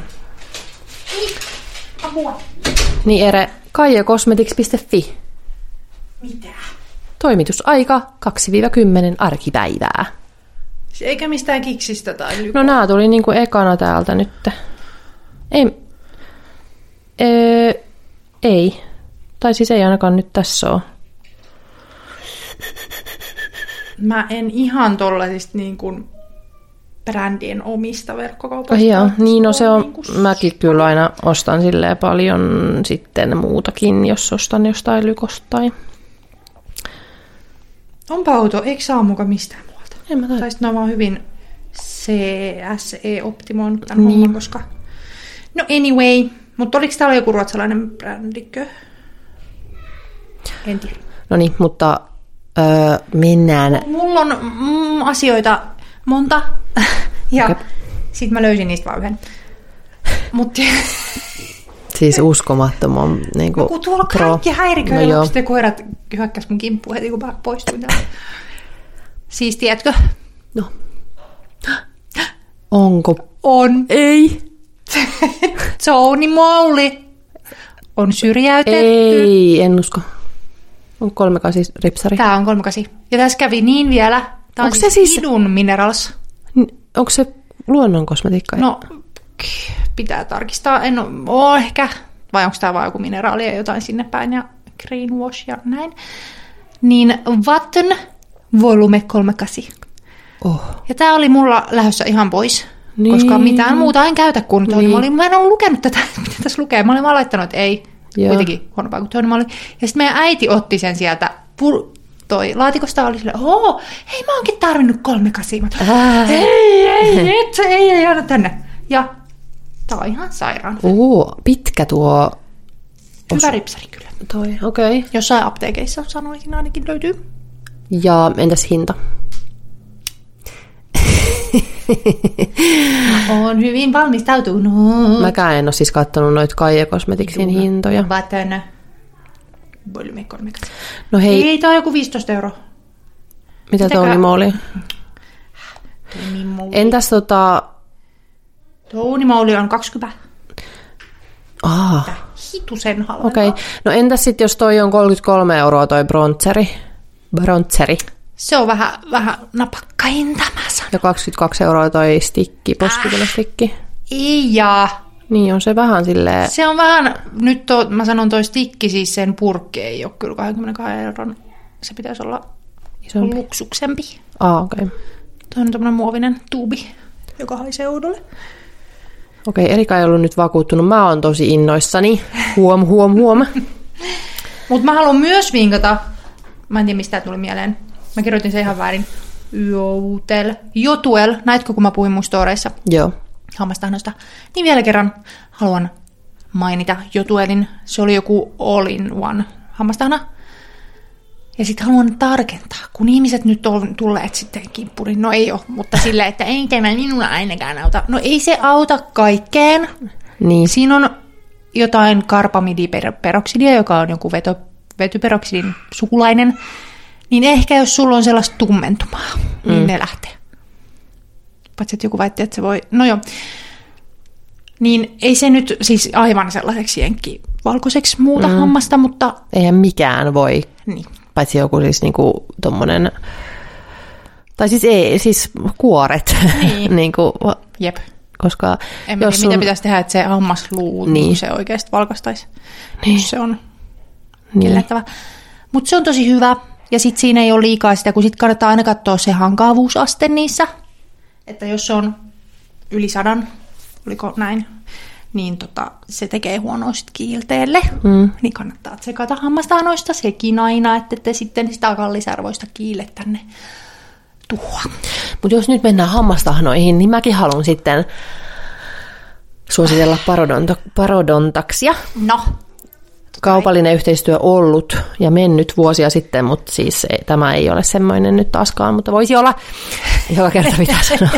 Apua.
Niin Ere, kaija cosmetics piste fi.
Mitä?
Toimitusaika kaksi kymmenen arkipäivää.
Eikä mistään kiksistä tai lykoa.
No nää tuli niinku ekana täältä nyt. Ei. Öö, ei. Tai siis ei ainakaan nyt tässä ole.
Mä en ihan tollaisista niin kuin brändien omista verkkokaupasta.
Oh, joo, niin no se on, niin kuin... mäkin kyllä aina ostan silleen paljon sitten muutakin, jos ostan jostain lykosta tai
Onpa outo, eikö saa mukaan mistään muualta?
En mä
Tai
tiedä.
sitten ne on vaan hyvin C S E-optimoinut tämän
Niin.
homman, koska... No anyway, mutta oliko täällä joku ruotsalainen brändikö? En tiedä.
No niin, mutta öö, mennään.
Mulla on mm, asioita monta, ja
Okei.
sit mä löysin niistä vaan yhden. Mutta
Siis uskomattoman niin kuin,
kun tuolla
pro.
kaikki häiriköi,
No
no
joo.
sitten koirat hyökkäs mun kimppuun heti, kun mä poistuin täältä. Siis tiedätkö?
No. Onko?
On.
Ei.
Tony Mouli on syrjäytetty.
Ei, en usko. On kolmekasi ripsari.
Tää on kolmekasi. Ja tässä kävi niin vielä. Tää on
Onko
siis,
se siis-
Idun Minerals.
Onko se luonnon kosmetiikka?
No, pitää tarkistaa. En ole, oo ehkä. Vai onko tää vaan joku mineraali ja jotain sinne päin ja greenwash ja näin. Niin Vatten Volume kolmekymmentäkahdeksan.
Oh.
Ja tää oli mulla lähdössä ihan pois.
Niin.
Koska mitään muuta en käytä kuin Tony
Niin.
Moly. Mä en ollut lukenut tätä, mitä tässä lukee. Mä olin vaan laittanut, että ei.
Joo.
Kuitenkin huonompaa kuin Tony Moly. Ja sitten meidän äiti otti sen sieltä pur- toi laatikosta, oli silleen, oo, hei mä oonkin tarvinnut kolme kasia.
Ää.
Ei, ei, et, ei, ei, anna tänne. Ja tää on ihan sairaan.
Oo, pitkä tuo.
Hyvä ripsari kyllä.
Toi, okei. Okay.
Jossain apteekeissa sanoisin ainakin löytyy.
Ja entäs hinta?
Mä oon hyvin valmistautunut.
Mäkään en ole siis kattonut noita Kaija Cosmeticsin hintoja.
Vatten Volume kolmekymmentäkahdeksan.
No hei,
Ei, tää on joku viisitoista euroa.
mitä
mitäkään-
Tony Moly?
Tony Moly.
Entäs tota...
Tony Moly on kaksikymmentä.
Ah,
Hitusen halvempaa.
okei. Okay. No entäs sitten jos toi on kolmekymmentäkolme euroa toi bronzeri? Bronzeri.
Se on vähän, vähän napakkainta, mä sanon.
Ja kaksikymmentäkaksi euroa toi stikki, poskipulostikki.
Ei ja.
Niin on se vähän silleen...
Se on vähän, nyt to, mä sanon toi stikki, siis sen purkki ei ole kyllä kaksikymmentäkaksi euron. Se pitäisi olla
Isompi.
luksuksempi.
Ah, okei. Okay.
Tuo on tämmönen muovinen tuubi, joka haisee oudolle.
Okei, okay, Erika ei ollut nyt vakuuttunut. Mä oon tosi innoissani. Huom, huom, huom.
Mutta mä haluan myös vinkata, mä en tiedä mistä tuli mieleen, mä kirjoitin sen ihan väärin, Joutel, Jotuel, näitkö kun mä puhuin mun storeissa
Joo.
hammastahnoista, niin vielä kerran haluan mainita Jotuelin, se oli joku all-in-one hammastahna. Ja sitten haluan tarkentaa, kun ihmiset nyt on tulleet sitten kimppurin, no ei ole, mutta silleen, että ei tämä minulla ainakaan auta. No ei se auta kaikkeen.
Niin.
Siinä on jotain karpamidiperoksidia, joka on joku veto, vetyperoksidin sukulainen, niin ehkä jos sulla on sellaista tummentumaa, mm. niin ne lähtee. Paitsi että joku väitti, että se voi, no joo. Niin ei se nyt siis aivan sellaiseksi jenkkivalkoiseksi muuta mm. hammasta, mutta...
Eihän mikään voi,
Niin.
paitsi joku siis niinku tommonen... Tai siis ei, siis kuoret.
Niin.
niinku,
Jep.
koska
En
jos
tiedä,
sun...
mitä pitäisi tehdä, että se hammasluu
Niin.
se oikeasti valkoistaisi.
Niin.
Se on
Niin.
kellettävä. Mutta se on tosi hyvä. Ja sitten siinä ei ole liikaa sitä, kun sitten kannattaa aina katsoa se hankaavuusaste niissä. Että jos se on yli sadan, oliko näin, niin tota, se tekee huonoa sit kiilteelle.
Mm.
Niin kannattaa tsekata hammastahnoista sekin aina, että te sitten sitä kallisarvoista kiille tänne tuhoa.
Mutta jos nyt mennään hammastahnoihin, niin mäkin haluan sitten suositella parodonto- parodontaksia.
No,
Kaupallinen yhteistyö ollut ja mennyt vuosia sitten, mutta siis ei, tämä ei ole semmoinen nyt taaskaan, mutta voisi olla. Joka kerta pitää sanoa.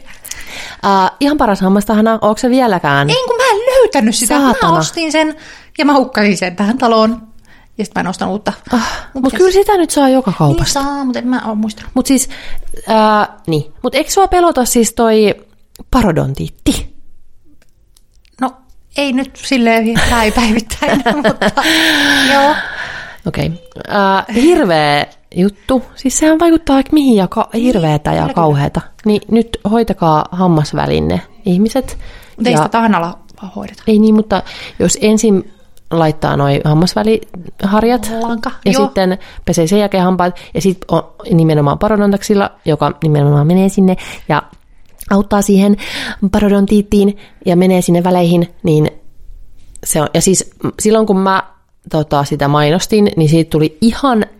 Uh, ihan paras hammastahna, onko se vieläkään?
ei kun mä en löytänyt sitä.
Saatana.
Mä ostin sen ja mä hukkasin sen tähän taloon. Ja sitten mä en ostanut uutta.
Ah, mutta kyllä sitä nyt saa joka
Niin
kaupasta.
saa, mutta en mä oo muistanut.
Mutta siis, uh, niin. Mut eikö sua pelota siis toi parodontiitti?
No, ei nyt silleen päin päivittäin, mutta joo.
Okei. Okay. Uh, hirveä juttu. Siis sehän vaikuttaa aika mihin ja ka- hirveätä ja
kyllä,
kauheata. Niin nyt hoitakaa hammasväline ihmiset.
Mutta ei
Ja-
sitä tahnalla hoideta.
Ei niin, mutta jos ensin laittaa noi hammasväliharjat
Lanka,
ja
joo.
sitten pesee sen jälkeen hampaat ja sitten on nimenomaan parodontaksilla, joka nimenomaan menee sinne ja auttaa siihen parodontiittiin ja menee sinne väleihin, niin se on, ja siis silloin kun mä tota, sitä mainostin, niin siitä tuli ihan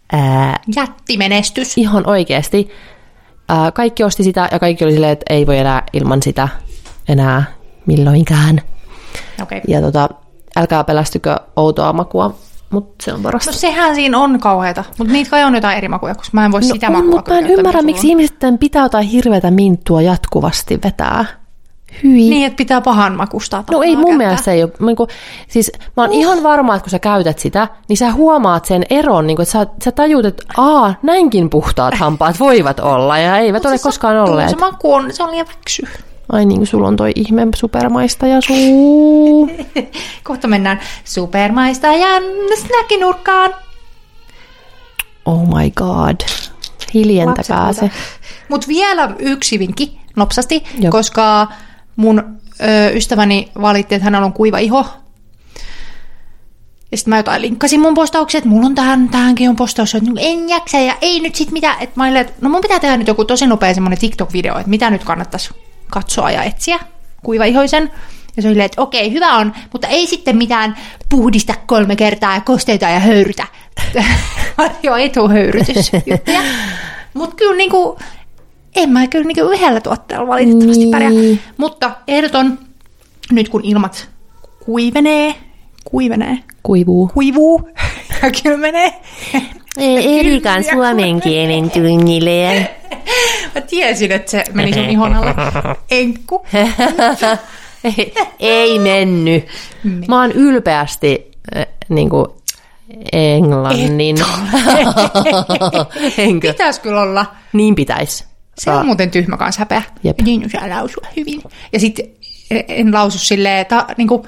Ää,
Jättimenestys.
ihan oikeasti. Ää, kaikki osti sitä ja kaikki oli silleen, että ei voi elää ilman sitä enää milloinkään.
Okay.
Ja tota, älkää pelästykö outoa makua, mutta se on parasta.
No sehän siinä on kauheata, mutta niitä kai on jotain eri makuja, koska mä en voi
no
sitä
on,
makua.
Mutta mä en ymmärrä, miksi ihmiset pitää jotain hirveätä minttua jatkuvasti vetää. Hyi.
Niin, että pitää pahan makusta.
No ei mun käyttää. Mielestä ei ole. Niin kuin, siis mä oon uh. ihan varma, että kun sä käytät sitä, niin sä huomaat sen eron, niin kuin, että sä, sä tajut, että aa, näinkin puhtaat hampaat voivat olla ja eivät Mut ole se koskaan sattuu, olleet.
Se maku on, se on liian väksy.
Ai niin kuin sulla on toi ihme supermaistaja suu.
Kohta mennään supermaistajan snäkkinurkkaan.
Oh my god. Hiljentäkää se.
Mut vielä yksi vinkki, nopsasti,
Joo.
koska mun ö, ystäväni valitti, että hänellä on kuiva iho. Ja sitten mä jotain linkkasin mun postauksia, että mulla on tähän, tähänkin on postaus, että en jaksa ja ei nyt sit mitään. Että mä olin, että no mun pitää tehdä nyt joku tosi nopea semmonen TikTok-video, että mitä nyt kannattaisi katsoa ja etsiä kuivaihoisen. Ja se oli, että okei, hyvä on, mutta ei sitten mitään puhdista kolme kertaa ja kosteita ja höyrytä. Joo, etuhöyrytysjuttuja. Mutta kyllä niinku, en mä kyllä niinku yhdellä tuotteella valitettavasti niin. pärjää. Mutta ehdoton, nyt kun ilmat kuivenee, kuivenee,
kuivuu,
kuivuu ja kylmenee.
Ei Erikan suomen kielen tunnille.
Mä tiesin, että se meni sun ihon alle. Enkku.
ei, ei mennyt. Niin. Mä oon ylpeästi äh, niinku englannin.
Pitäis kyllä olla.
Niin pitäis.
Se on muuten tyhmä kans häpeä.
Jep.
Niin osaa lausua hyvin. Ja sit en lausu silleen, ta, niinku,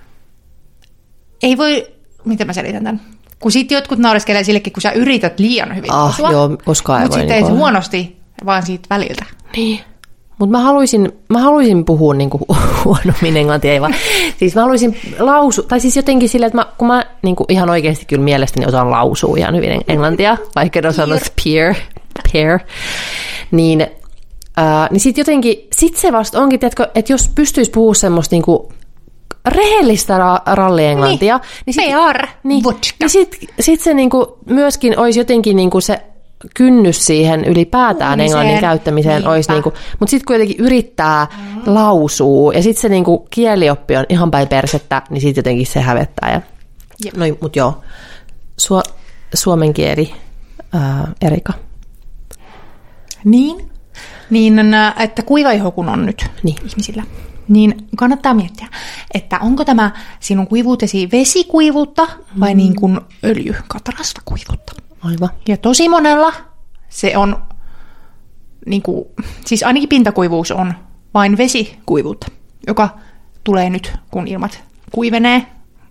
ei voi, miten mä selitän tän? Kun sit jotkut naureskelee sillekin, kun sä yrität liian hyvin
ah,
lausua.
Joo, koskaan
Mut
ei voi.
sit ei se huonosti, vaan siitä väliltä.
Niin. Mutta mä haluaisin, mä haluaisin puhua niinku huonommin englantia, ei vaan. Siis mä haluaisin lausua, tai siis jotenkin silleen, että mä, kun mä niinku ihan oikeasti kyllä mielestäni osaan lausua ihan hyvin englantia, vaikka en osannut peer, peer, niin, ää, niin sit jotenkin, sit se vasta onkin, tiedätkö, että jos pystyisi puhua semmoista niinku rehellistä ra- rallienglantia,
niin,
niin,
sit,
niin, niin sit, sit se niinku myöskin olisi jotenkin niinku se kynnys siihen ylipäätään Puhumiseen. englannin käyttämiseen Niinpä. olisi niinku, mutta sitten kuitenkin yrittää mm. lausua ja sitten se niinku kielioppi on ihan päin persettä, niin sitten jotenkin se hävettää. Ja, no, mutta joo, Su- suomen kieli, ää, Erika.
Niin, niin että kuiva iho kun on nyt niin. ihmisillä, niin kannattaa miettiä, että onko tämä sinun kuivuutesi vesikuivuutta vai mm. niin kuin öljy- kautta rasvakuivuutta.
Aivan.
Ja tosi monella se on, niin kuin, siis ainakin pintakuivuus on vain vesikuivuutta, joka tulee nyt, kun ilmat kuivenee.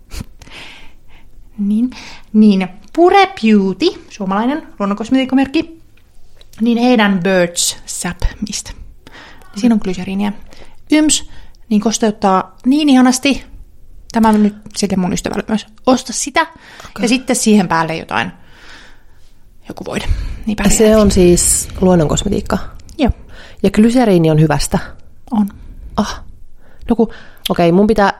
niin, niin Pure Beauty, suomalainen luonnonkosmetiikkamerkki, niin heidän Birds Sap Mist. Siinä on glyseriiniä. Yms, niin kosteuttaa niin ihanasti. Tämä on nyt sille mun ystävälle myös. Osta sitä. Okay. Ja sitten siihen päälle jotain. Joku voide. Niin
se on siis luonnonkosmetiikka?
Joo. Ja
glyseriini on hyvästä?
On.
Ah. No kun, okei, okay, mun pitää...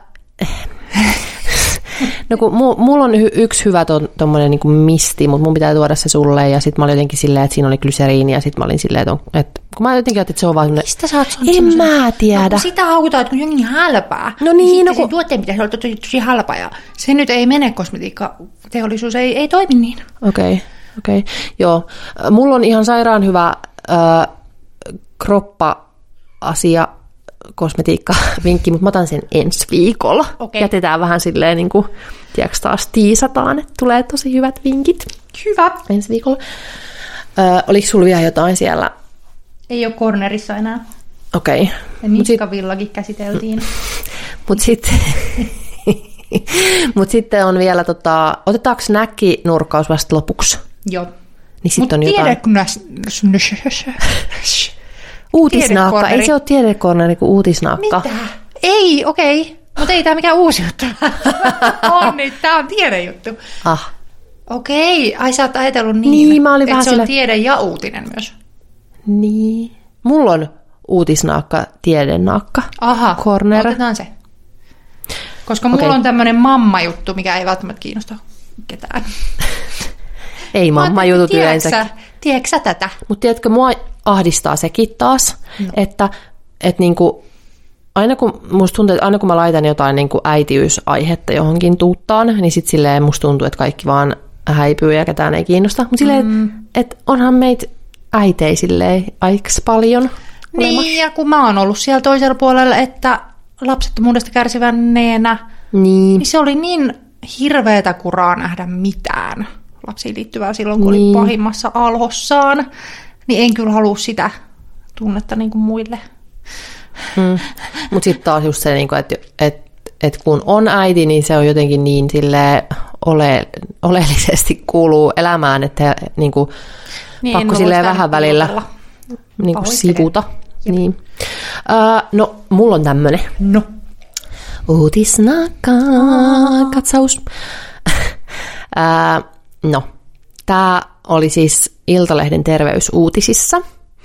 no kun mulla on yksi hyvä ton, tommonen niinku misti, mutta mun pitää tuoda se sulle, ja sit mä olin jotenkin silleen, että siinä oli glyseriini, ja sit mä olin silleen, että, että kun mä jotenkin ajattelin, että se on vaan semmoinen...
Mistä sä oot
En semmoisen... mä tiedä. No,
kun sitä haukutaan, että kun on niin halpaa.
No niin,
niin
no kun...
tuotteen pitäisi olla tosi, tosi halpaa, ja se nyt ei mene, kosmetiikkateollisuus ei, ei toimi niin.
Okei. Okay. Okei, okay. Joo. Mulla on ihan sairaan hyvä äh, kroppa-asia, kosmetiikka-vinkki, mutta mä otan sen ensi viikolla. Okay. Jätetään vähän silleen, niin kuin, tiedätkö taas tiisataan, että tulee tosi hyvät vinkit.
Hyvä.
Ensi viikolla. Äh, oliko sulla vielä jotain siellä?
Ei ole cornerissa enää.
Okei. Okay.
Ja niskavillakin käsiteltiin.
Mutta sitten... Mutta sitten on vielä, tota, otetaanko näkkinurkkaus vasta lopuksi?
Joo.
Niin sitten on jotain... Uutisnaakka. Ei se ole tiedekorneri kuin uutisnaakka.
Mitä? Ei, okei. Okay. Mutta ei tämä mikään uusi juttu. on, niin tämä on tiedejuttu.
Ah.
Okei. Okay. Ai sä oot ajatellut niin,
niin mä olin
että se
sillä...
on tiede ja uutinen myös.
Niin. Mulla on uutisnaakka, tiedenaakka.
Aha,
corner.
Otetaan se. Koska mulla okay. on tämmöinen mamma-juttu, mikä ei välttämättä kiinnosta ketään.
Ei mamma-jutut yleensä.
Tiedätkö sä tätä?
Mutta tiedätkö, mua ahdistaa sekin taas, no. että et niinku, aina kun musta tuntuu, että aina kun mä laitan jotain niinku äitiysaihetta johonkin tuuttaan, niin sit silleen musta tuntuu, että kaikki vaan häipyy ja ketään ei kiinnosta. Mutta silleen, mm. että et onhan meitä äitei silleen aiks paljon olemassa.
Niin, ja kun mä oon ollut siellä toisella puolella, että lapsettomuudesta kärsiväneenä, niin. niin se oli niin hirveätä kuraa nähdä mitään lapsiin liittyvää silloin, kun niin. oli pahimmassa alhossaan. Niin en kyllä halua sitä tunnetta niin kuin muille.
Mm. Mutta sitten taas just se, että et, et kun on äiti, niin se on jotenkin niin silleen ole, oleellisesti kuuluu elämään, että niin kuin niin, pakko silleen vähän välillä niin kuin sivuta. Niin. Uh, no, mulla on tämmönen.
No.
Uutisnakka, katsaus. uh, no, tää oli siis Iltalehden terveysuutisissa.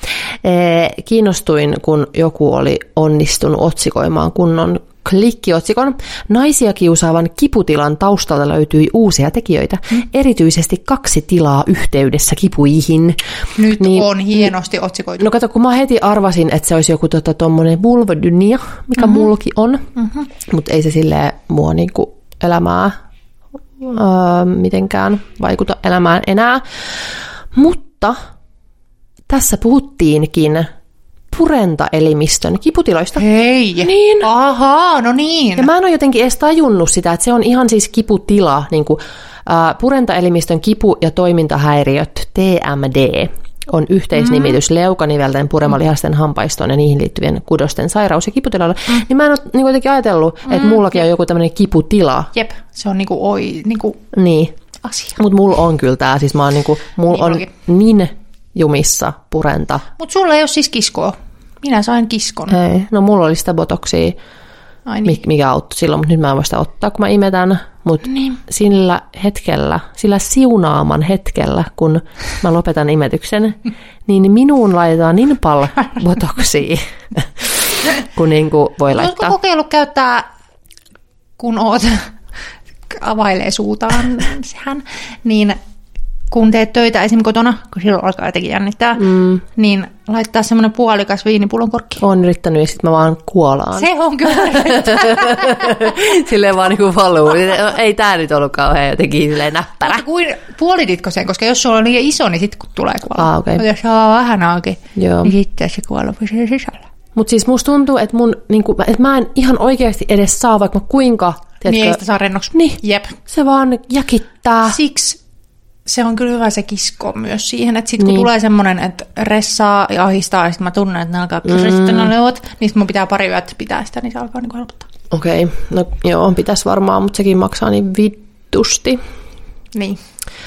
E, kiinnostuin, kun joku oli onnistunut otsikoimaan kunnon klikkiotsikon. Naisia kiusaavan kiputilan taustalta löytyi uusia tekijöitä, hmm. erityisesti kaksi tilaa yhteydessä kipuihin.
Nyt niin, on hienosti otsikoitu.
No kato, kun mä heti arvasin, että se olisi joku tota, tommonen vulvodynia, mikä mm-hmm. mullakin on, mm-hmm. mutta ei se silleen mua niinku elämää öö, mitenkään vaikuta elämään enää. Mutta tässä puhuttiinkin purentaelimistön kiputiloista.
Hei!
Niin.
Ahaa, no niin.
Ja mä en ole jotenkin edes tajunnut sitä, että se on ihan siis kiputila, niin kuin äh, purentaelimistön kipu- ja toimintahäiriöt, T M D, on yhteisnimitys mm. leukanivelten, puremalihasten, hampaistoon ja niihin liittyvien kudosten sairaus- ja kiputilailla. Mm. Niin mä en ole niin jotenkin ajatellut, että mm. mullakin on joku tämmöinen kiputila.
Jep, se on niinku oi, niinku
niin.
asia.
Mutta mulla on kyllä tää, siis mä oon niinku, mulla niin on niin jumissa purenta.
Mutta sulla ei ole siis kiskoa. Minä sain kiskon.
Ei, no mulla oli sitä botoksia, niin. mikä auttoi silloin, mutta nyt mä en voi sitä ottaa, kun mä imetän. Mutta niin. sillä hetkellä, sillä siunaaman hetkellä, kun mä lopetan imetyksen, niin minuun laitetaan niin paljon botoksia, kun niin kuin voi laittaa.
Oletko kokeillut käyttää, kun oot availee suutaan sehän, niin kun teet töitä esimerkiksi kotona, kun silloin alkaa jotenkin jännittää, mm. niin laittaa semmoinen puolikas viinipullon korkki.
Olen yrittänyt ja sitten mä vaan kuolaan.
Se on kyllä.
Silleen vaan niin kuin valuu. Ei tää nyt ollut kauhean jotenkin silleen näppärä.
Mutta kuin puolititko sen, koska jos sulla on liian iso, niin sitten tulee kuolla.
Ah, okay.
Mutta jos se on vähän auki, Joo. niin sitten se kuolla pysyy sisällä.
Mutta siis musta tuntuu, että, mun, niin kuin, että mä en ihan oikeasti edes saa, vaikka mä kuinka... Tiedätkö,
niin ei sitä saa rennoksi.
Niin,
Jep.
Se vaan jäkittää.
Siksi se on kyllä hyvä se kisko myös siihen, että sitten kun
niin.
tulee semmoinen, että ressaa ja ahistaa, ja sitten mä tunnen, että ne alkaa kysyä mm. ne oot, niin sitten mun pitää pari yötä pitää sitä, niin se alkaa niin helpottaa.
Okei, okay. No joo, pitäisi varmaan, mutta sekin maksaa niin vittusti.
Niin.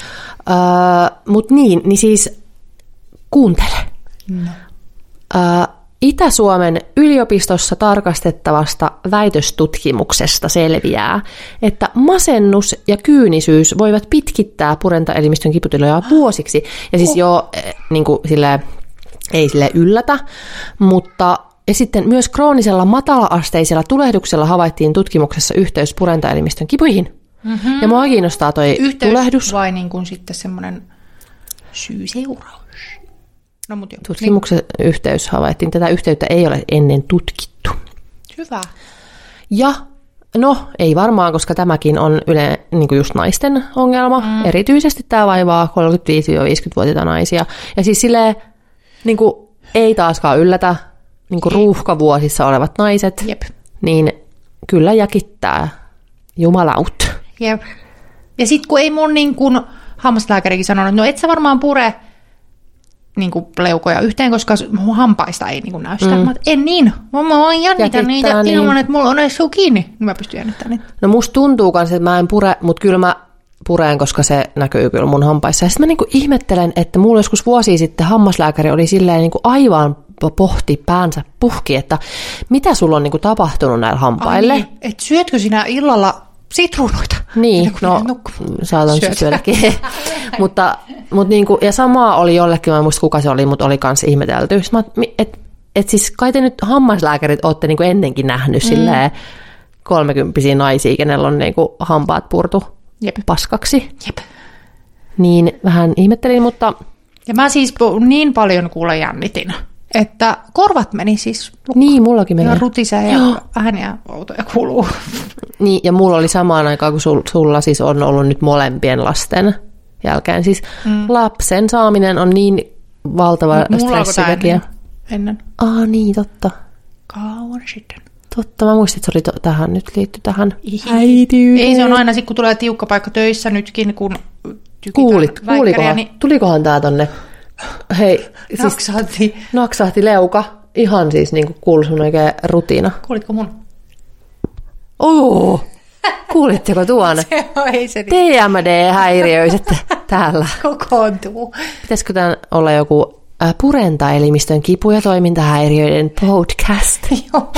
Uh, mutta niin, niin siis kuuntele.
No.
Uh, Itä-Suomen yliopistossa tarkastettavasta väitöstutkimuksesta selviää, että masennus ja kyynisyys voivat pitkittää purentaelimistön kiputiloja vuosiksi. Ja siis joo, niin kuin silleen, ei sille yllätä, mutta ja sitten myös kroonisella matala-asteisella tulehduksella havaittiin tutkimuksessa yhteys purentaelimistön kipuihin. Mm-hmm. Ja mua kiinnostaa toi
yhteys
tulehdus.
Vai niin kuin sitten semmoinen syy-seuraus? No, mut joo.
Tutkimuksen niin. yhteys havaittiin. Tätä yhteyttä ei ole ennen tutkittu.
Hyvä.
Ja no, ei varmaan, koska tämäkin on yle, niin kuin just naisten ongelma. Mm. Erityisesti tämä vaivaa kolmekymmentäviisi–viisikymmentävuotiaita naisia. Ja siis silleen, niin kuin, ei taaskaan yllätä, niin kuin ruuhkavuosissa olevat naiset,
Jep.
niin kyllä jäkittää jumalaut.
Jep. Ja sitten kun ei mun niin kun hammaslääkärikin sanonut, että no et sä varmaan pure niin kuin leukoja yhteen, koska mun hampaista ei niin kuin näy sitä. Mm. Mä, en niin, mä vaan jännitän niitä niin. ilman, että mulla on edes suu kiinni, niin mä pystyn jännittämään niitä.
No musta tuntuu kans, että mä en pure, mutta kyllä mä pureen, koska se näkyy kyllä mun hampaissa. Ja sitten mä niin kuin ihmettelen, että mulla joskus vuosia sitten hammaslääkäri oli silleen niin kuin aivan pohti päänsä puhki, että mitä sulla on niin kuin tapahtunut näillä hampaille.
Niin, että syötkö sinä illalla sitruunoita?
Niin, no saatan se syödäkin. mutta, mutta niin kuin, ja samaa oli jollekin, mä en muista kuka se oli, mutta oli kanssa ihmetelty. Että et siis kai te nyt hammaslääkärit olette niin kuin ennenkin nähnyt mm. silleen kolmekymppisiä naisia, kenellä on niin kuin hampaat purtu Jep. paskaksi.
Jep.
Niin vähän ihmettelin, mutta...
Ja mä siis niin paljon kuule jännitin, että korvat meni siis lukkoon.
Niin, mullakin meni.
Ja rutisee ja ääniä outoja kuuluu.
Niin, ja mulla oli samaan aikaan, kun sul, sulla siis on ollut nyt molempien lasten jälkeen. Siis mm. lapsen saaminen on niin valtava stressitekijä.
Ennen? ennen.
Ah, niin, totta.
Kauan sitten.
Totta, mä muistin, että se oli to- tähän, nyt liitty tähän äitiyteen.
Ei, se on aina sit, kun tulee tiukka paikka töissä nytkin, kun
Kuulit, kuulikohan,
niin...
tulikohan tää tonne? Hei, siis
naksahti.
Naksahti leuka. Ihan siis niinku kuului sun oikein rutiina.
Kuulitko mun?
Oo, kuulitteko tuon?
Se on, ei se
T M D-häiriöiset täällä.
Kokoontuu.
Pitäisikö tämän olla joku äh, purentaelimistön kipu- ja toimintahäiriöiden podcast?
Joo.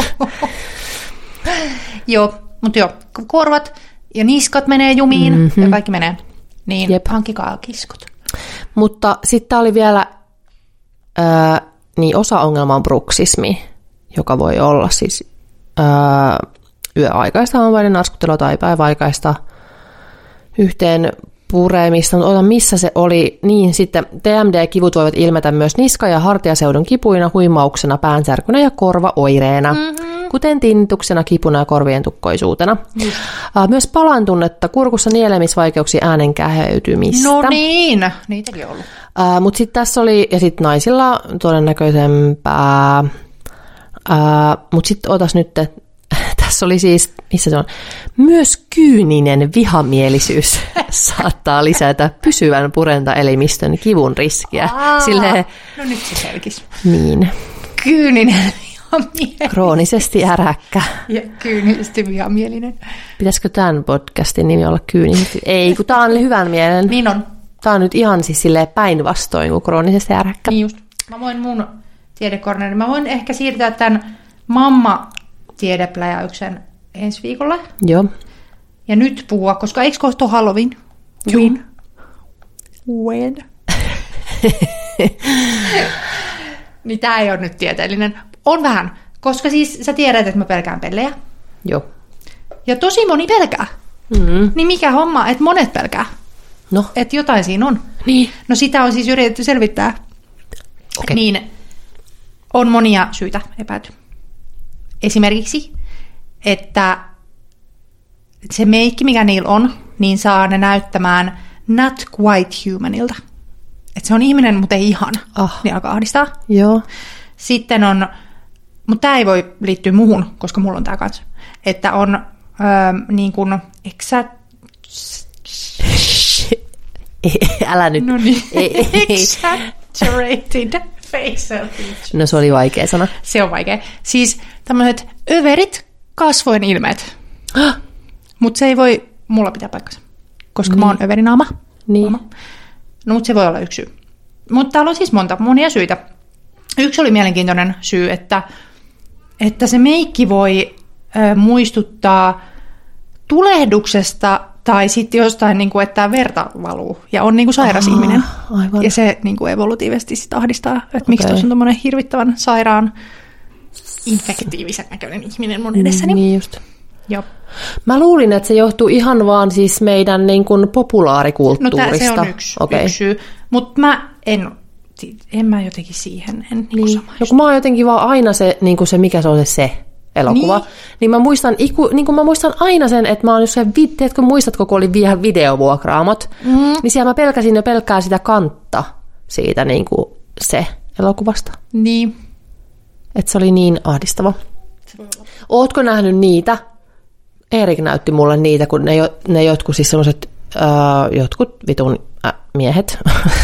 Joo, mutta joo, korvat ja niskat menee jumiin mm-hmm. ja kaikki menee. Niin, Jep. Hankkikaa kiskot.
Mutta sitten oli vielä, ää, niin osa ongelma on bruksismi, joka voi olla siis ää, yöaikaista hampaiden narskuttelua tai päiväaikaista yhteen puremista. Mutta ota, missä se oli? Niin, sitten T M D-kivut voivat ilmetä myös niska- ja hartiaseudun kipuina, huimauksena, päänsärkynä ja korvaoireena. Mm-hmm. Kuten tinnituksena, kipuna ja korvien tukkoisuutena. Mm. Myös palan tunnetta, kurkussa nielemisvaikeuksia, äänen käheytymistä.
No niin, niitäkin on ollut.
Uh, Mutta sitten tässä oli, ja sitten naisilla todennäköisempää, uh, mutta sitten otas nyt, tässä oli siis, missä se on, myös kyyninen vihamielisyys saattaa lisätä pysyvän purentaelimistön kivun riskiä.
Aa,
Silleen,
no nyt se selkisi.
Niin.
Kyyninen vihamielinen.
Kroonisesti äräkkä.
Ja kyynisesti vihamielinen.
Pitäisikö tämän podcastin nimi olla kyynisesti? Ei, kun tämä on hyvän mielen.
Niin on.
Tämä on nyt ihan siis silleen päinvastoin kuin kroonisesti äräkkä.
Niin just. Mä voin mun tiedekornerin, mä voin ehkä siirtää tämän mamma-tiedepläjäyksen ensi viikolle.
Joo.
Ja nyt puhua, koska eikö kohta ole Halloween? When? When? Niin tää ei ole nyt tieteellinen. On vähän, koska siis sä tiedät, että mä pelkään pellejä.
Joo.
Ja tosi moni pelkää.
Mm-hmm.
Niin mikä homma, että monet pelkää.
No.
Että jotain siinä on.
Niin.
No sitä on siis yritetty selvittää.
Okay.
Niin on monia syitä epäilty. Esimerkiksi, että se meikki, mikä niillä on, niin saa ne näyttämään not quite humanilta. Että se on ihminen, mutta ei ihan.
Ah.
Niin alkaa ahdistaa.
Joo.
Sitten on, mutta tämä ei voi liittyä muuhun, koska mulla on tämä kanssa. Että on öö, niin kuin eksä...
Älä nyt.
No niin. Exaggerated facial features.
No se oli vaikea sana.
Se on vaikea. Siis tämmöiset överit kasvojen ilmeet. Mutta se ei voi mulla pitää paikkansa, koska niin. Mä oon överinaama.
Niin.
No mutta se voi olla yksi syy. Mutta täällä on siis monta, monia syitä. Yksi oli mielenkiintoinen syy, että, että se meikki voi ö, muistuttaa tulehduksesta tai sitten jostain, niin kuin, että verta valuu ja on niin kuin sairas Aha, ihminen.
Aivan.
Ja se niin kuin evolutiivisesti sit ahdistaa, että okay. Miksi tuossa on tommoinen hirvittävän sairaan infektiivisen näköinen ihminen mun edessäni.
Niin just.
Joo.
Mä luulin, että se johtuu ihan vaan siis meidän niin kuin populaarikulttuurista.
No tää, se on yksi,
okay.
yksi syy, mutta mä en, en mä jotenkin siihen en niin
niin. No, kun mä oon jotenkin vaan aina se, niin kuin se mikä se on se se elokuva, niin, niin, mä, muistan, iku, niin kuin mä muistan aina sen, että mä oon jossain, teetkö muistatko, kun oli vielä videovuokraamot, mm. niin siellä mä pelkäsin jo pelkkää sitä kantta siitä niin kuin se elokuvasta.
Niin.
Että se oli niin ahdistava. Ootko nähnyt niitä? Erik näytti mulle niitä, kun ne, ne jotkut siis sellaiset, uh, jotkut vitun äh, miehet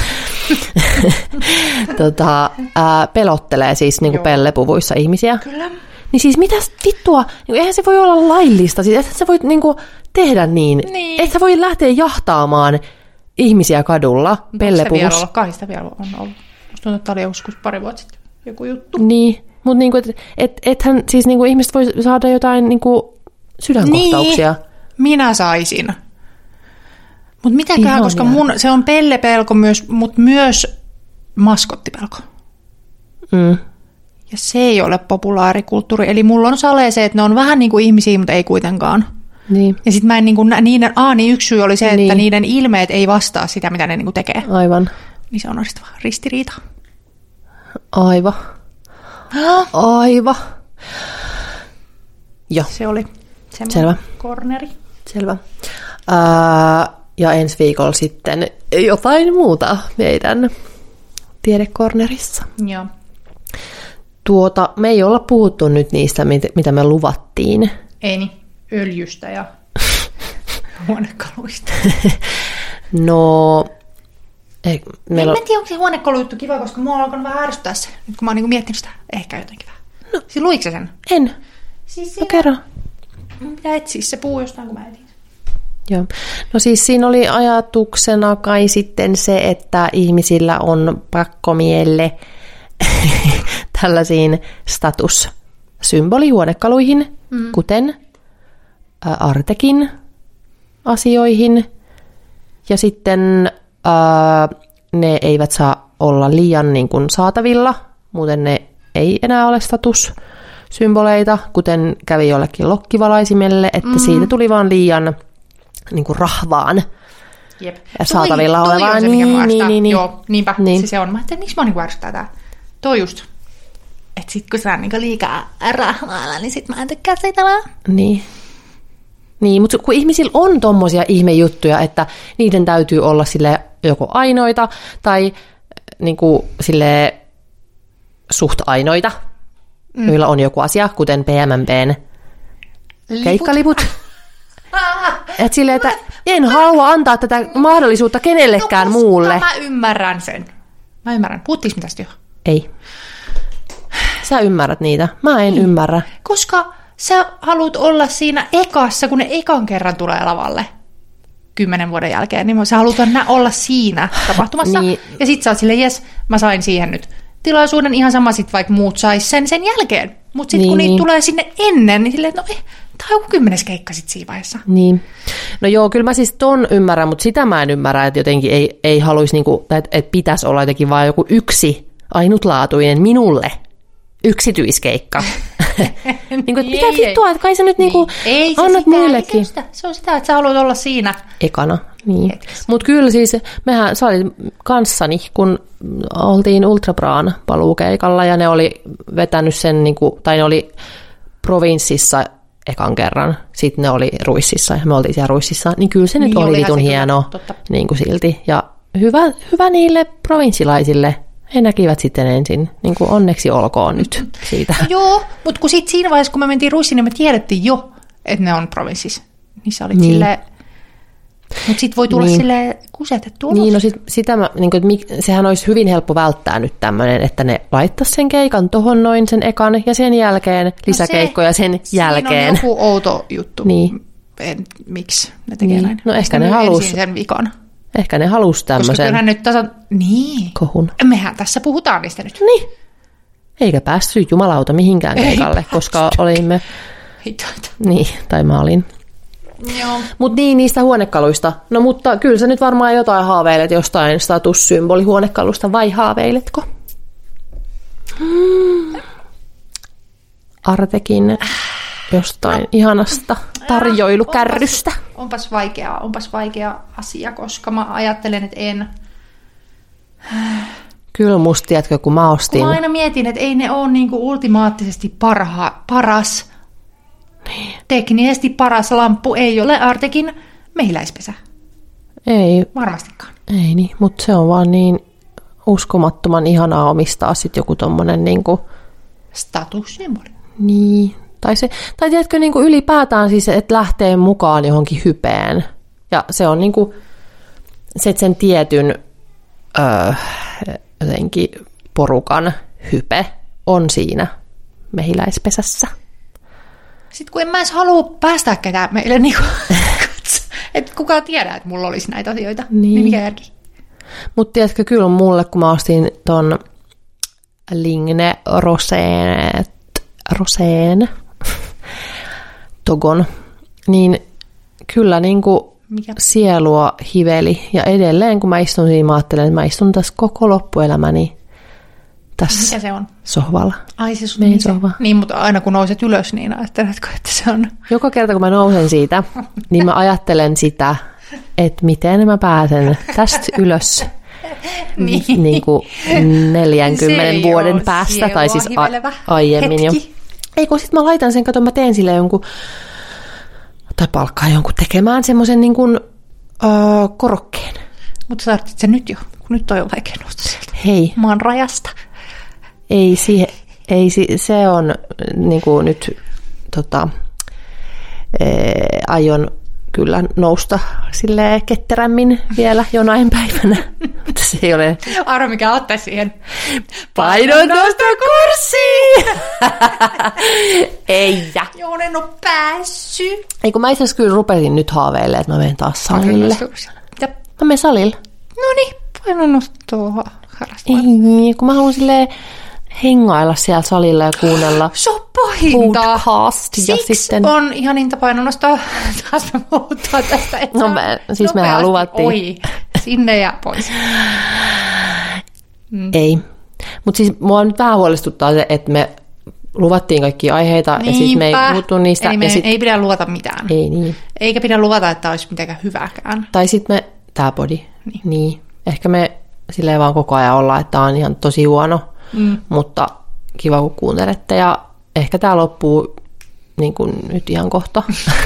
tota, uh, pelottelee siis niinku pellepuvuissa ihmisiä.
Kyllä.
Niin siis mitä vittua, niin eihän se voi olla laillista, siis et sä voit niinku tehdä niin,
niin.
Et sä voi lähteä jahtaamaan ihmisiä kadulla pellepuvussa.
Kai sitä vielä on ollut. Musta tuntuu, että oli joskus pari vuotta sitten joku juttu.
Niin, mutta niinku, et, et, ethän siis niinku ihmiset voi saada jotain niinku sydänkohtauksia.
Niin, minä saisin. Mutta mitäkään, koska mun, se on pellepelko myös, mutta myös maskottipelko.
Mm.
Ja se ei ole populaarikulttuuri. Eli mulla on sale se, että ne on vähän niin kuin ihmisiä, mutta ei kuitenkaan.
Niin.
Ja sitten mä en niinku, niiden, aa, niin yksi syy oli se, että niin. niiden ilmeet ei vastaa sitä, mitä ne niinku tekee.
Aivan.
Niin se on sitten vaan ristiriita.
Aivan. Aivan. Joo.
Se oli
Selvä.
Corneri.
Selvä. Uh, ja ensi viikolla sitten jotain muuta meidän tiedekornerissa.
Joo.
Tuota, me ei olla puhuttu nyt niistä, mitä me luvattiin.
Ei niin, öljystä ja huonekaluista.
No... Ei,
meillä... En tiedä, onko se huonekalujuttu kiva, koska mua on alkanut vähän ärsyttää se. Nyt kun mä oon niinku miettinyt sitä, ehkä jotenkin vähän. No. Siis luitko sä sen?
En.
Siis
no kerro.
Mun pitää etsiä se puu jostain, kun mä etin.
Joo. No siis siinä oli ajatuksena kai sitten se, että ihmisillä on pakkomielle tällaisiin statussymbolihuonekaluihin, mm. kuten ä, Artekin asioihin. Ja sitten ä, ne eivät saa olla liian niin kuin saatavilla, muuten ne ei enää ole statussymboleita, kuten kävi jollekin lokkivalaisimmelle, että mm. siitä tuli vaan liian niin kuin rahvaan
Jep.
ja saatavilla
toi,
olevaa.
Toi
niin,
niin,
niin, niin,
Joo, niinpä
niin.
Se, se on. Mä ajattelin, miksi mä niinku ärsyttää tää? Toi just. Että sit kun sä on niinku liikaa rahvaalla, niin sit mä en tykkää siitä vaan.
Niin. Niin, mutta kun ihmisillä on tommosia ihmejuttuja, että niiden täytyy olla sille joko ainoita tai niinku sille suht ainoita, mm. joilla on joku asia, kuten P M P:n keikkaliput. Että silleen, että en halua antaa tätä mahdollisuutta kenellekään no, muulle.
Mä ymmärrän sen. Mä ymmärrän. Puhuttiinko me tästä jo?
Ei. Sä ymmärrät niitä. Mä en
niin.
ymmärrä.
Koska sä haluat olla siinä ekassa, kun ne ekan kerran tulee lavalle kymmenen vuoden jälkeen, niin sä haluat olla siinä tapahtumassa. niin. Ja sit sä oot silleen, jes, mä sain siihen nyt tilaisuuden ihan sama sit, vaikka muut sais sen sen jälkeen. Mutta sitten niin, kun niitä niin. tulee sinne ennen, niin silleen, että no eh, tää on joku kymmenes keikka sit siinä vaiheessa.
Niin. No joo, kyllä mä siis ton ymmärrän, mutta sitä mä en ymmärrä, että jotenkin ei, ei haluaisi, niinku, että, että pitäisi olla jotenkin vaan joku yksi ainutlaatuinen minulle yksityiskeikka. niin kuin, mitä vittua, että kai sä nyt niin. niinku
ei,
annat
sitä,
muillekin.
Se, se on sitä, että sä haluat olla siinä.
Ekana, niin. Mutta kyllä siis, mehän, sä olit kanssani, kun oltiin Ultrabraan paluukeikalla ja ne oli vetänyt sen, niin kuin, tai ne oli provinssissa ekan kerran, sitten ne oli Ruississa ja me oltiin siellä Ruississa, niin kyllä se niin nyt oli vitun hieno niin kuin silti. Ja hyvä, hyvä niille provinssilaisille. He näkivät sitten ensin, niin kuin onneksi olkoon nyt siitä.
No joo, mutta kun sitten siinä vaiheessa, kun me mentiin Ruissiin, niin me tiedettiin jo, että ne on provinssissa. Niin sä olit niin. silleen, mutta sitten voi tulla niin. silleen kusetettu ulos.
Niin, no sit, sitä mä, niin kuin, sehän olisi hyvin helppo välttää nyt tämmöinen, että ne laittaisi sen keikan tohon noin sen ekan ja sen jälkeen lisäkeikkoja no se, sen jälkeen.
Siinä on joku outo juttu.
Niin.
En, miksi ne tekee
niin.
näin?
No ehkä ne halusi.
sen vikan.
Ehkä ne halusi tämmöisen.
Koska kyllähän nyt tasan... Niin.
Kohun.
Mehän tässä puhutaan niistä nyt.
Niin. Eikä päässyt jumalauta mihinkään keikalle, koska olimme...
Ei taita.
Niin, tai mä olin.
Joo.
Mutta niin, niistä huonekaluista. No mutta kyllä sä nyt varmaan jotain haaveilet jostain statussymbolihuonekalusta, vai haaveiletko? Hmm. Artekin jostain no. ihanasta tarjoilukärrystä.
Onpas, onpas, vaikea, onpas vaikea asia, koska mä ajattelen, että en...
Kyllä musta, tiedätkö, kun mä ostin...
Kun mä aina mietin, että ei ne ole niinku ultimaattisesti parha, paras, niin. teknisesti paras lamppu, ei ole Artekin mehiläispesä.
Ei.
Varmastikaan.
Ei niin, mutta se on vaan niin uskomattoman ihanaa omistaa sitten joku tommonen niinku...
Statussymboli.
Niin. Tai, se, tai tiedätkö niin kuin ylipäätään siis, että lähtee mukaan johonkin hypeen. Ja se on niin kuin, se, sen tietyn öö, jotenkin porukan hype on siinä mehiläispesässä.
Sitten kun en mä edes halua päästää ketään meille, niin että kukaan tiedä, että mulla olisi näitä asioita. Niin, niin mikä järki?
Mutta tiedätkö, kyllä mulle, kun mä ostin ton Ligne Roseen, Roseen Togon, niin kyllä niin kuin sielua hiveli. Ja edelleen, kun mä istun siinä, mä ajattelen, että mä istun tässä koko loppuelämäni tässä
Mikä se on?
sohvalla.
Ai se sun
Meidän
niin, se,
sohva.
niin, mutta aina kun nouset ylös, niin ajatteletko, että se on...
Joka kerta kun mä nousen siitä, niin mä ajattelen sitä, että miten mä pääsen tästä ylös
niin.
niin kuin neljänkymmenen vuoden päästä, tai siis a- aiemmin jo. Ei kun sit mä laitan sen, kato mä teen sille jonkun, tai palkkaan jonkun tekemään semmoisen niin kuin öö, korokkeen.
Mutta sä tarvitset sen nyt jo, kun nyt toi on vaikea nousta sieltä.
Hei.
Maan rajasta.
Ei, siihen, ei se on niin kuin nyt, tota, ee, aion kyllä nousta silleen ketterämmin vielä jonain päivänä, mutta se ei ole...
Arvo, mikä ottaa siihen?
Painonnostokurssi! Ei jä.
Joo, en ole päässyt.
Ei kun mä itse asiassa kyllä rupesin nyt haaveilemaan, että mä menen taas salille.
Jep.
Mä menen salille.
No niin, painonnostoa harrastamaan.
Ei, kun mä haluan silleen hengailla siellä salilla ja kuunnella
Se on pahinta.
podcast. Ja
Siksi
sitten...
on ihaninta painonnostoa. Taas me puhutaan tästä.
No me, siis mehän luvattiin.
Oi, sinne ja pois.
Mm. Ei. Mutta siis mua nyt vähän huolestuttaa se, että me luvattiin kaikkia aiheita Niinpä. Ja sitten me ei puhuttu niistä.
Eli me
ja sit...
ei pidä luvata mitään.
Ei niin.
Eikä pidä luvata, että olisi mitenkään hyväkään.
Tai sitten me, tää podi. Niin. niin. Ehkä me silleen vaan koko ajan ollaan, että tää on ihan tosi huono. Mm. Mutta kiva kun kuuntelette ja ehkä tää loppuu niin kuin nyt ihan kohta.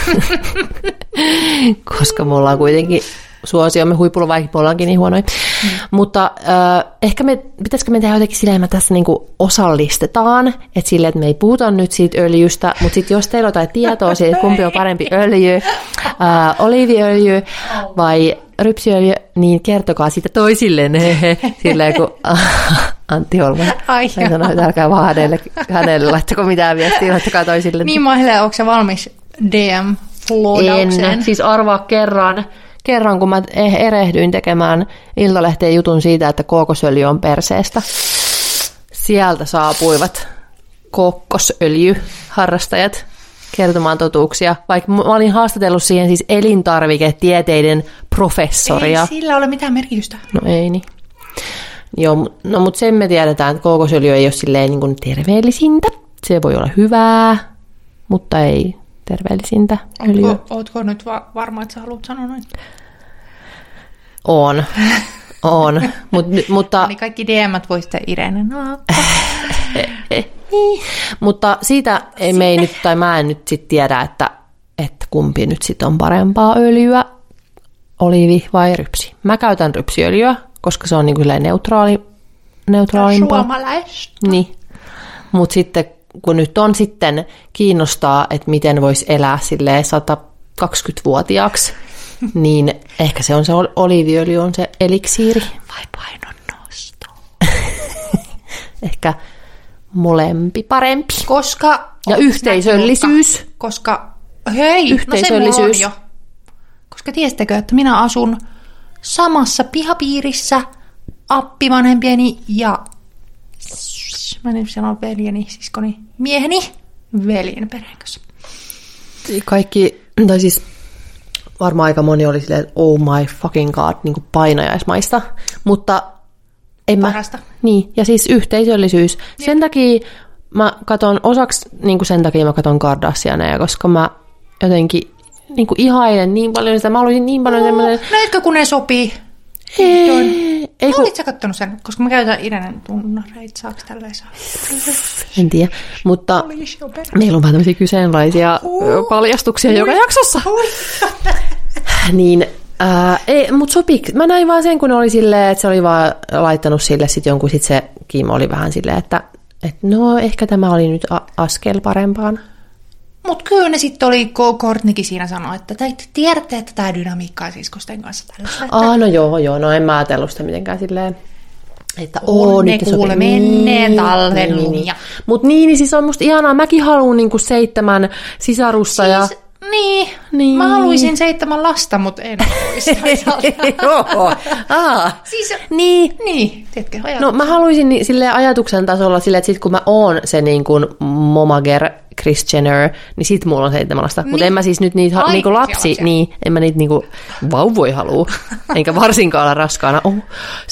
Koska me ollaan kuitenkin suosiomme huipulla, vaikka me ollaankin niin huonoja. Mm. Mutta äh, ehkä me, pitäisikö me tehdä jotenkin silleen, että me tässä niinku osallistetaan, että silleen, että me ei puhuta nyt siitä öljystä, mutta sitten jos teillä on jotain tietoa siitä, että kumpi on parempi öljy, äh, oliiviöljy vai rypsiöljy, niin kertokaa siitä toisilleen, silleen kun Antti Holman sanoi, että älkää vaan hänelle, hänelle laittako mitään viestiä, laittakaa toisille.
Niin Mahle, onko se valmis D M-floodaukseen?
En, siis arvaa kerran. Kerran, kun mä erehdyin tekemään Iltalehteen jutun siitä, että kookosöljy on perseestä. Sieltä saapuivat kookosöljyharrastajat kertomaan totuuksia. Vaikka mä olin haastatellut siihen siis elintarviketieteiden professoria.
Ei sillä ole mitään merkitystä.
No ei niin. Joo, no mutta sen me tiedetään, että kookosöljy ei ole silleen niin kuin terveellisintä. Se voi olla hyvää, mutta ei terveellisintä öljyä.
Ootko, ootko nyt va- varma, että sä haluat sanoa noin?
On. On. Mut, mutta...
Eli kaikki D M:t voi sitten Irene Naakka.
Mutta siitä ei me ei nyt, tai mä en nyt sit tiedä, että, että kumpi nyt sit on parempaa öljyä, oliivi vai rypsi. Mä käytän rypsiöljyä, koska se on niin kuin neutraali, neutraalimpaa.
Suomalaista.
Niin. Mutta sitten kun nyt on sitten kiinnostaa, että miten voisi elää silleen sata kaksikymmentävuotiaaksi, niin ehkä se on se oliiviöljy on se eliksiiri.
Vai painonnosto?
Ehkä molempi parempi.
Koska...
Ja yhteisöllisyys.
Koska, hei,
yhteisöllisyys.
No se mulla on jo. Koska tiesittekö, että minä asun samassa pihapiirissä appivanhempieni ja... Mä en sano veljeni, siskoni, mieheni, veljen perheen kanssa.
Kaikki, tai siis varmaan aika moni oli silleen, että oh my fucking god, niin kuin painajaismaista, mutta en
Parasta.
mä... Niin, ja siis yhteisöllisyys. Niin. Sen takia mä katon, osaksi niin kuin sen takia mä katon Kardashianeja, koska mä jotenkin niin kuin ihailen niin paljon sitä, mä haluaisin niin paljon
no,
semmoinen...
Näetkö, kun ne sopii?
Ei, ei
no,
kun...
Olitko sä kattonut sen? Koska mä käytän Irenen tunnareita, saako tälleen saa?
En tiedä, mutta meillä on vähän tämmöisiä kyseenalaisia uh, paljastuksia uh, joka jaksossa. Uh. niin, äh, ei, mutta sopiiko? Mä näin vaan sen, kun oli silleen, että se oli vaan laittanut sille sit jonkun, sit se Kim oli vähän silleen, että et no ehkä tämä oli nyt a- askel parempaan.
Mutta kyllä ne sitten oli, Kourtneykin siinä sanoi, että te tiedätte, että tämä dynamiikka on siskosten kanssa tällaista. Että...
Ah, no joo, joo, no en mä ajatellut sitä mitenkään silleen, että oo,
ne kuule menneen talven lumia. Niin.
Mutta niin, niin siis on musta ihanaa, mäkin haluan niinku seitsemän sisarusta.
Siis,
ja...
niin, niin, mä haluaisin seitsemän lasta, mutta en
Joo, ah,
siis,
niin.
Niin, tiedätkö, ajatuksen.
No mä haluaisin niin, silleen ajatuksen tasolla silleen, että sit kun mä oon se niin kuin momager, Kris Jenner, niin sit mulla on seitsemän lasta. Niin. Mutta en mä siis nyt niitä
Ai,
niinku lapsi,
lapsia.
niin en mä niitä niinku vauvoi haluu. Enkä varsinkaan olla raskaana. Oh, siis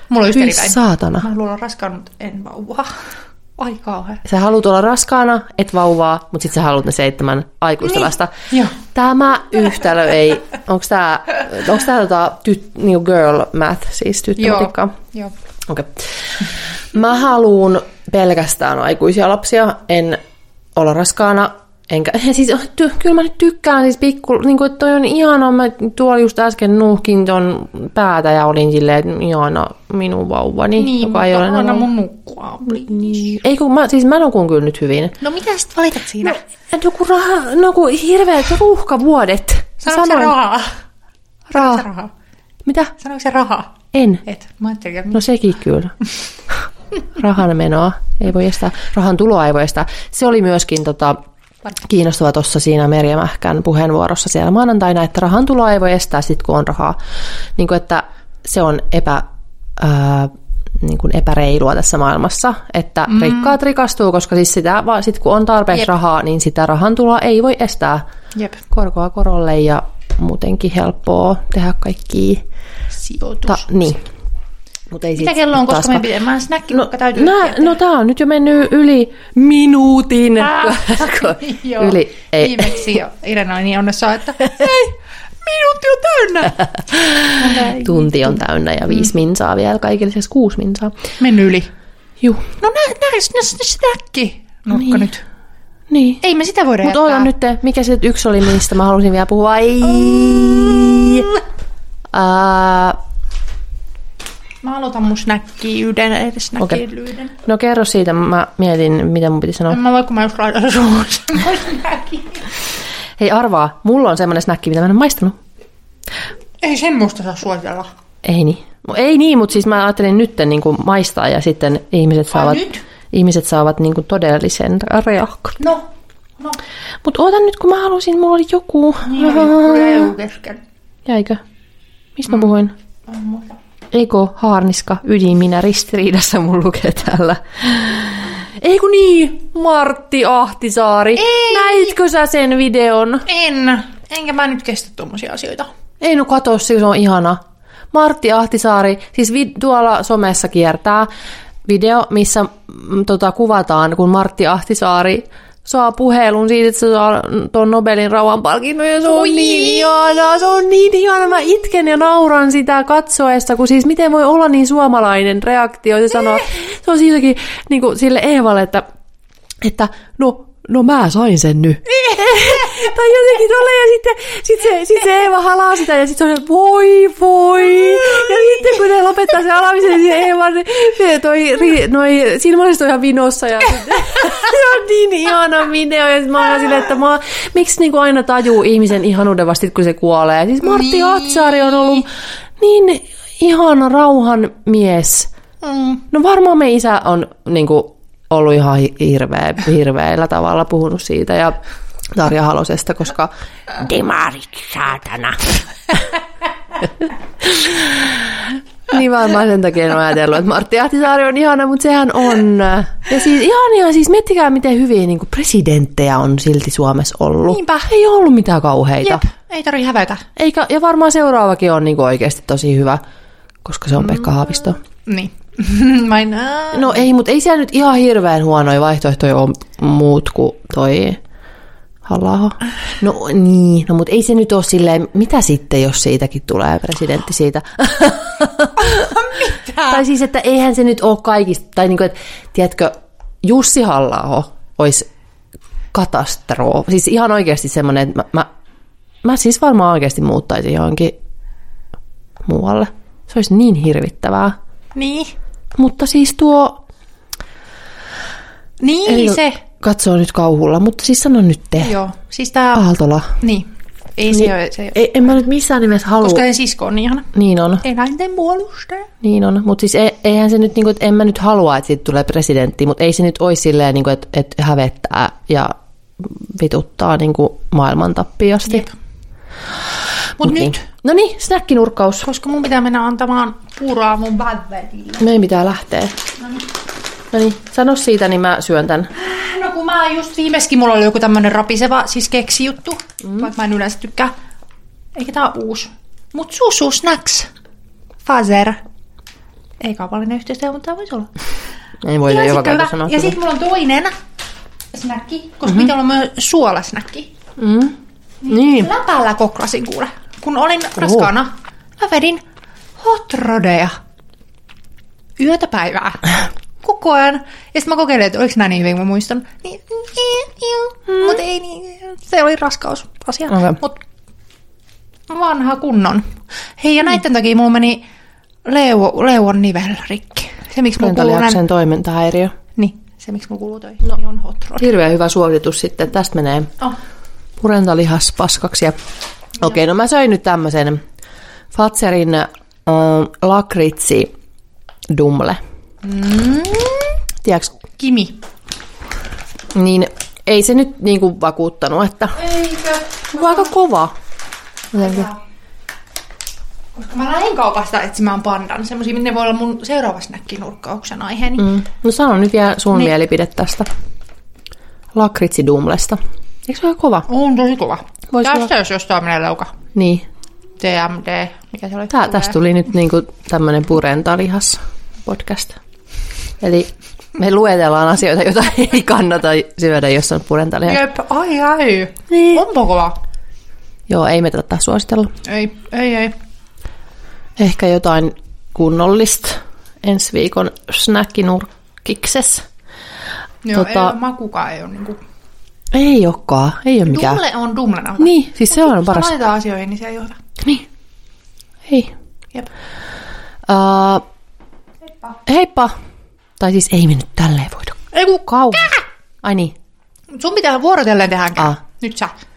Mulla on just
Hyi
eripäin.
saatana.
Mä haluan olla raskaana, mutta en vauvaa. Ai kauhean.
Sä haluat olla raskaana, et vauvaa, mutta sit sä haluat ne seitsemän aikuista lasta.
Niin. Joo.
Tämä yhtälö ei, onks tää, onks tää tota tyt, niinku girl math, siis tyttömatikkaa?
Joo.
Okei. Okay. Mä haluun pelkästään aikuisia lapsia, en olla raskaana. Enkä, siis, ty, kyllä mä nyt tykkään, siis pikku, niin kuin, että toi on ihana, mä tuolla just äsken nuhkin ton päätä ja olin silleen, että ihana minun vauvani.
Niin,
joka
mutta
ei ole
anna
no,
mun nukkua.
Niin. Ei kun mä, siis mä nukun kyllä nyt hyvin.
No mitä sit valitat siinä?
No, no kun, raha, no, kun hirveät ruuhkavuodet.
Sanoiko se rahaa?
Rahaa.
rahaa?
Mitä?
Sanoiko se rahaa?
En.
Et, mä ajattelin, että...
No sekin kyllä. Rahan menoa ei voi estää, rahan tuloa ei voi estää. Se oli myöskin tota, kiinnostava tuossa siinä Merja Mähkän puheenvuorossa siellä maanantaina, että rahan tuloa ei voi estää sit kun on rahaa. Niin kuin, että se on epä, ää, niin kuin epäreilua tässä maailmassa, että mm. rikkaat rikastuu, koska siis sitä, sit kun on tarpeeksi Jep. rahaa, niin sitä rahan tuloa ei voi estää. Jep. Korkoa korolle ja muutenkin helppoa tehdä kaikkia.
Sijoitus.
Ta, niin. Mut ei
mitä kello on, koska me pidemmään snäkkilukka täytyy
no, no tää on nyt jo mennyt yli minuutin.
Äh, joo,
yli, ei.
Viimeksi Irena oli niin onnessa, että hei, minuutti on täynnä.
Tunti on täynnä ja viisi mm. minsaa vielä, kaikille siis kuusi minsaa.
Mennyt yli.
Juh.
No näis, näis, snäkki. Nukka
niin.
nyt.
Niin.
Ei me sitä voida
Mutta
jättää.
Mutta nyt, mikä se yksi oli, mistä mä halusin vielä puhua. Ei.
Mm.
Uh,
Mä aloitan mun snäkkiyden, ei snäkkiyden.
Okay. No kerro siitä, mä mietin, mitä mun piti sanoa.
En mä voi, kun mä just laitan suun semmoinen snäkki.
Hei arvaa, mulla on semmoinen snäkki, mitä mä en ole maistanut.
Ei semmoista saa suositella.
Ei niin. Ei niin, mutta siis mä ajattelin nyt niin kuin maistaa ja sitten ihmiset saavat, ihmiset saavat niin kuin todellisen reaktion.
No, no.
Mutta oota nyt, kun mä halusin, mulla oli joku.
Niin oli joku kesken.
Jäikö? Mistä mm. mä puhuin?
Mm.
Eiko haarniska ydinminä ristiriidassa mun lukee täällä. Eiku niin, Martti Ahtisaari. Ei. Näitkö sä sen videon?
En. Enkä mä nyt kestä tommosia asioita.
Ei no kato, se on ihana. Martti Ahtisaari, siis vi- tuolla somessa kiertää video, missä m, tota, kuvataan, kun Martti Ahtisaari saa puhelun siitä, että se saa tuon Nobelin rauhanpalkinnon ja se on Oi. niin ihanaa, se on niin ihanaa. Mä itken ja nauran sitä katsoessa, kun siis miten voi olla niin suomalainen reaktio. Se sanoo, se on siinäkin niin kuin sille Eevalle, että, että no, no mä sain sen nyt. Tai jotenkin tolleen, ja sitten sit se, sit se Eeva halaa sitä, ja sitten se on, voi voi. Ja sitten kun ne lopettaa sen alamisen, niin se Eeva, se toi, noi silmäliset on ihan vinossa, ja se on niin ihana video, ja mä oon silleen, että mä, miksi niinku aina tajuu ihmisen ihanuuden vasta, kun se kuolee. Siis Martti Ahtisaari on ollut niin ihana rauhan mies. Mm. No varmaan me isä on niinku ollut ihan hirveä, hirveällä tavalla puhunut siitä ja Tarja Halosesta, koska demarit, saatana. Niin varmaan sen takia en ole ajatellut, että Martti Ahtisaari on ihana, mutta sehän on. Ja siis ihania, siis miettikää miten hyviä niin kuin presidenttejä on silti Suomessa ollut.
Niinpä.
Ei ole ollut mitään kauheita.
Jep, ei tarvitse hävätä.
Eikä, ja varmaan seuraavakin on niin kuin oikeasti tosi hyvä, koska se on Pekka Haavisto.
Niin. Mä en,
no ei, mutta ei siellä nyt ihan hirveän huonoja vaihtoehtoja ole muut kuin toi Halla-aho. No niin, no mutta ei se nyt ole silleen, mitä sitten, jos siitäkin tulee presidentti siitä?
Mitä?
Tai siis, että eihän se nyt ole kaikista, tai niin kuin, että tiedätkö, Jussi Halla-aho olisi katastrofi. Siis ihan oikeasti semmoinen, että mä, mä, mä siis varmaan oikeasti muuttaisin johonkin muualle. Se olisi niin hirvittävää.
Niin.
Mutta siis tuo...
Niin
Eli
se...
Katsoo nyt kauhulla, mutta siis sano nyt te.
Joo, siis tää...
Aaltola.
Niin. Ei
niin,
se ole... Se...
Ei, en mä nyt missään nimessä halua...
Koska sen sisko on niin ihana.
Niin on.
Eläinten puolustaja.
Niin on, mutta siis eihän se nyt, niin kuin, että en mä nyt halua, että siitä tulee presidentti, mutta ei se nyt olisi silleen, niin kuin, että, että hävettää ja vituttaa niin kuin maailman tappiasti. Mutta
Mut nyt...
Niin. No niin, snäkkinurkkaus.
Koska mun pitää mennä antamaan puuroa mun vävälille.
Meidän pitää lähteä.
No niin.
No niin, sano siitä, niin mä syön tän.
No kun mä just viimeiskin mulla oli joku tämmönen rapiseva, siis keksijuttu, mm. vaikka mä en yleensä tykkää. Eikä tää uusi. Mut Susu Snacks. Fazer. Ei kaupallinen yhteistyö, mutta tämä voisi olla.
Ei voi joka kerta sanoa.
Ja sitten mulla on toinen snäkki, koska mm-hmm. pitää olla myös suolasnäkki.
Mm. Niin.
Läpällä koklasin kuule. Kun olin raskaana, mä vedin hot rodeja. Yötä päivää. Koko ajan. Ja sitten mä kokeilin, että oliko nämä niin hyvin, mä muistan. Niin, mm. Mutta ei niin. Se oli raskausasia. Okay. Mutta vanha kunnon. Hei, ja näiden mm. takia mulla meni leuo, leuon nivel rikki. Se, miksi mulla kuuluu
näin... toimintahäiriö.
Niin, se, miksi mulla kuuluu toi. No. Niin on hot rod.
Hirveän hyvä suositus sitten. Tästä menee oh. purentalihas paskaksi. Ja... Okei, okay, no mä söin nyt tämmöisen Fazerin äh, lakritsi dumle.
Mm.
Tiedätkö?
Kimi.
Niin ei se nyt niinku vakuuttanut, että...
Eikö?
No, aika kova.
Koska mä lähdin kaupasta etsimään pandan. Semmosia, ne voi olla mun seuraava snäkkinurkkauksen aiheeni.
Mm. No sano nyt vielä sun niin. mielipide tästä lakritsi dumlesta. Eikö se ole kova?
On tosi kova.
Vois
tästä
olla...
jos jostain menee leuka.
Niin.
T M D. Mikä se oli?
Tää, tästä tuli nyt niinku tämmönen purentalihas podcast. Eli me luetellaan asioita, joita ei kannata syödä, jos on purentalihas.
Jep, ai ai.
Niin.
Onpa kova.
Joo, ei me tätä suositella.
Ei, ei, ei.
Ehkä jotain kunnollista ensi viikon snäkkinurkkikses.
Joo, tota... ei ole makukaan, ei ole niinku...
Ei olekaan, ei ole mikään.
Dumle on dumlena.
Niin, siis se on paras.
Kun laitetaan asioihin, niin se ei ole hyvä.
Niin. Ei.
Jep.
Uh,
heippa.
Heippa. Tai siis ei me nyt tälleen voida.
Ei kun
kauan. Ai niin.
Sun pitää vuorotelleen tehdä.
Ah.
Nyt sä.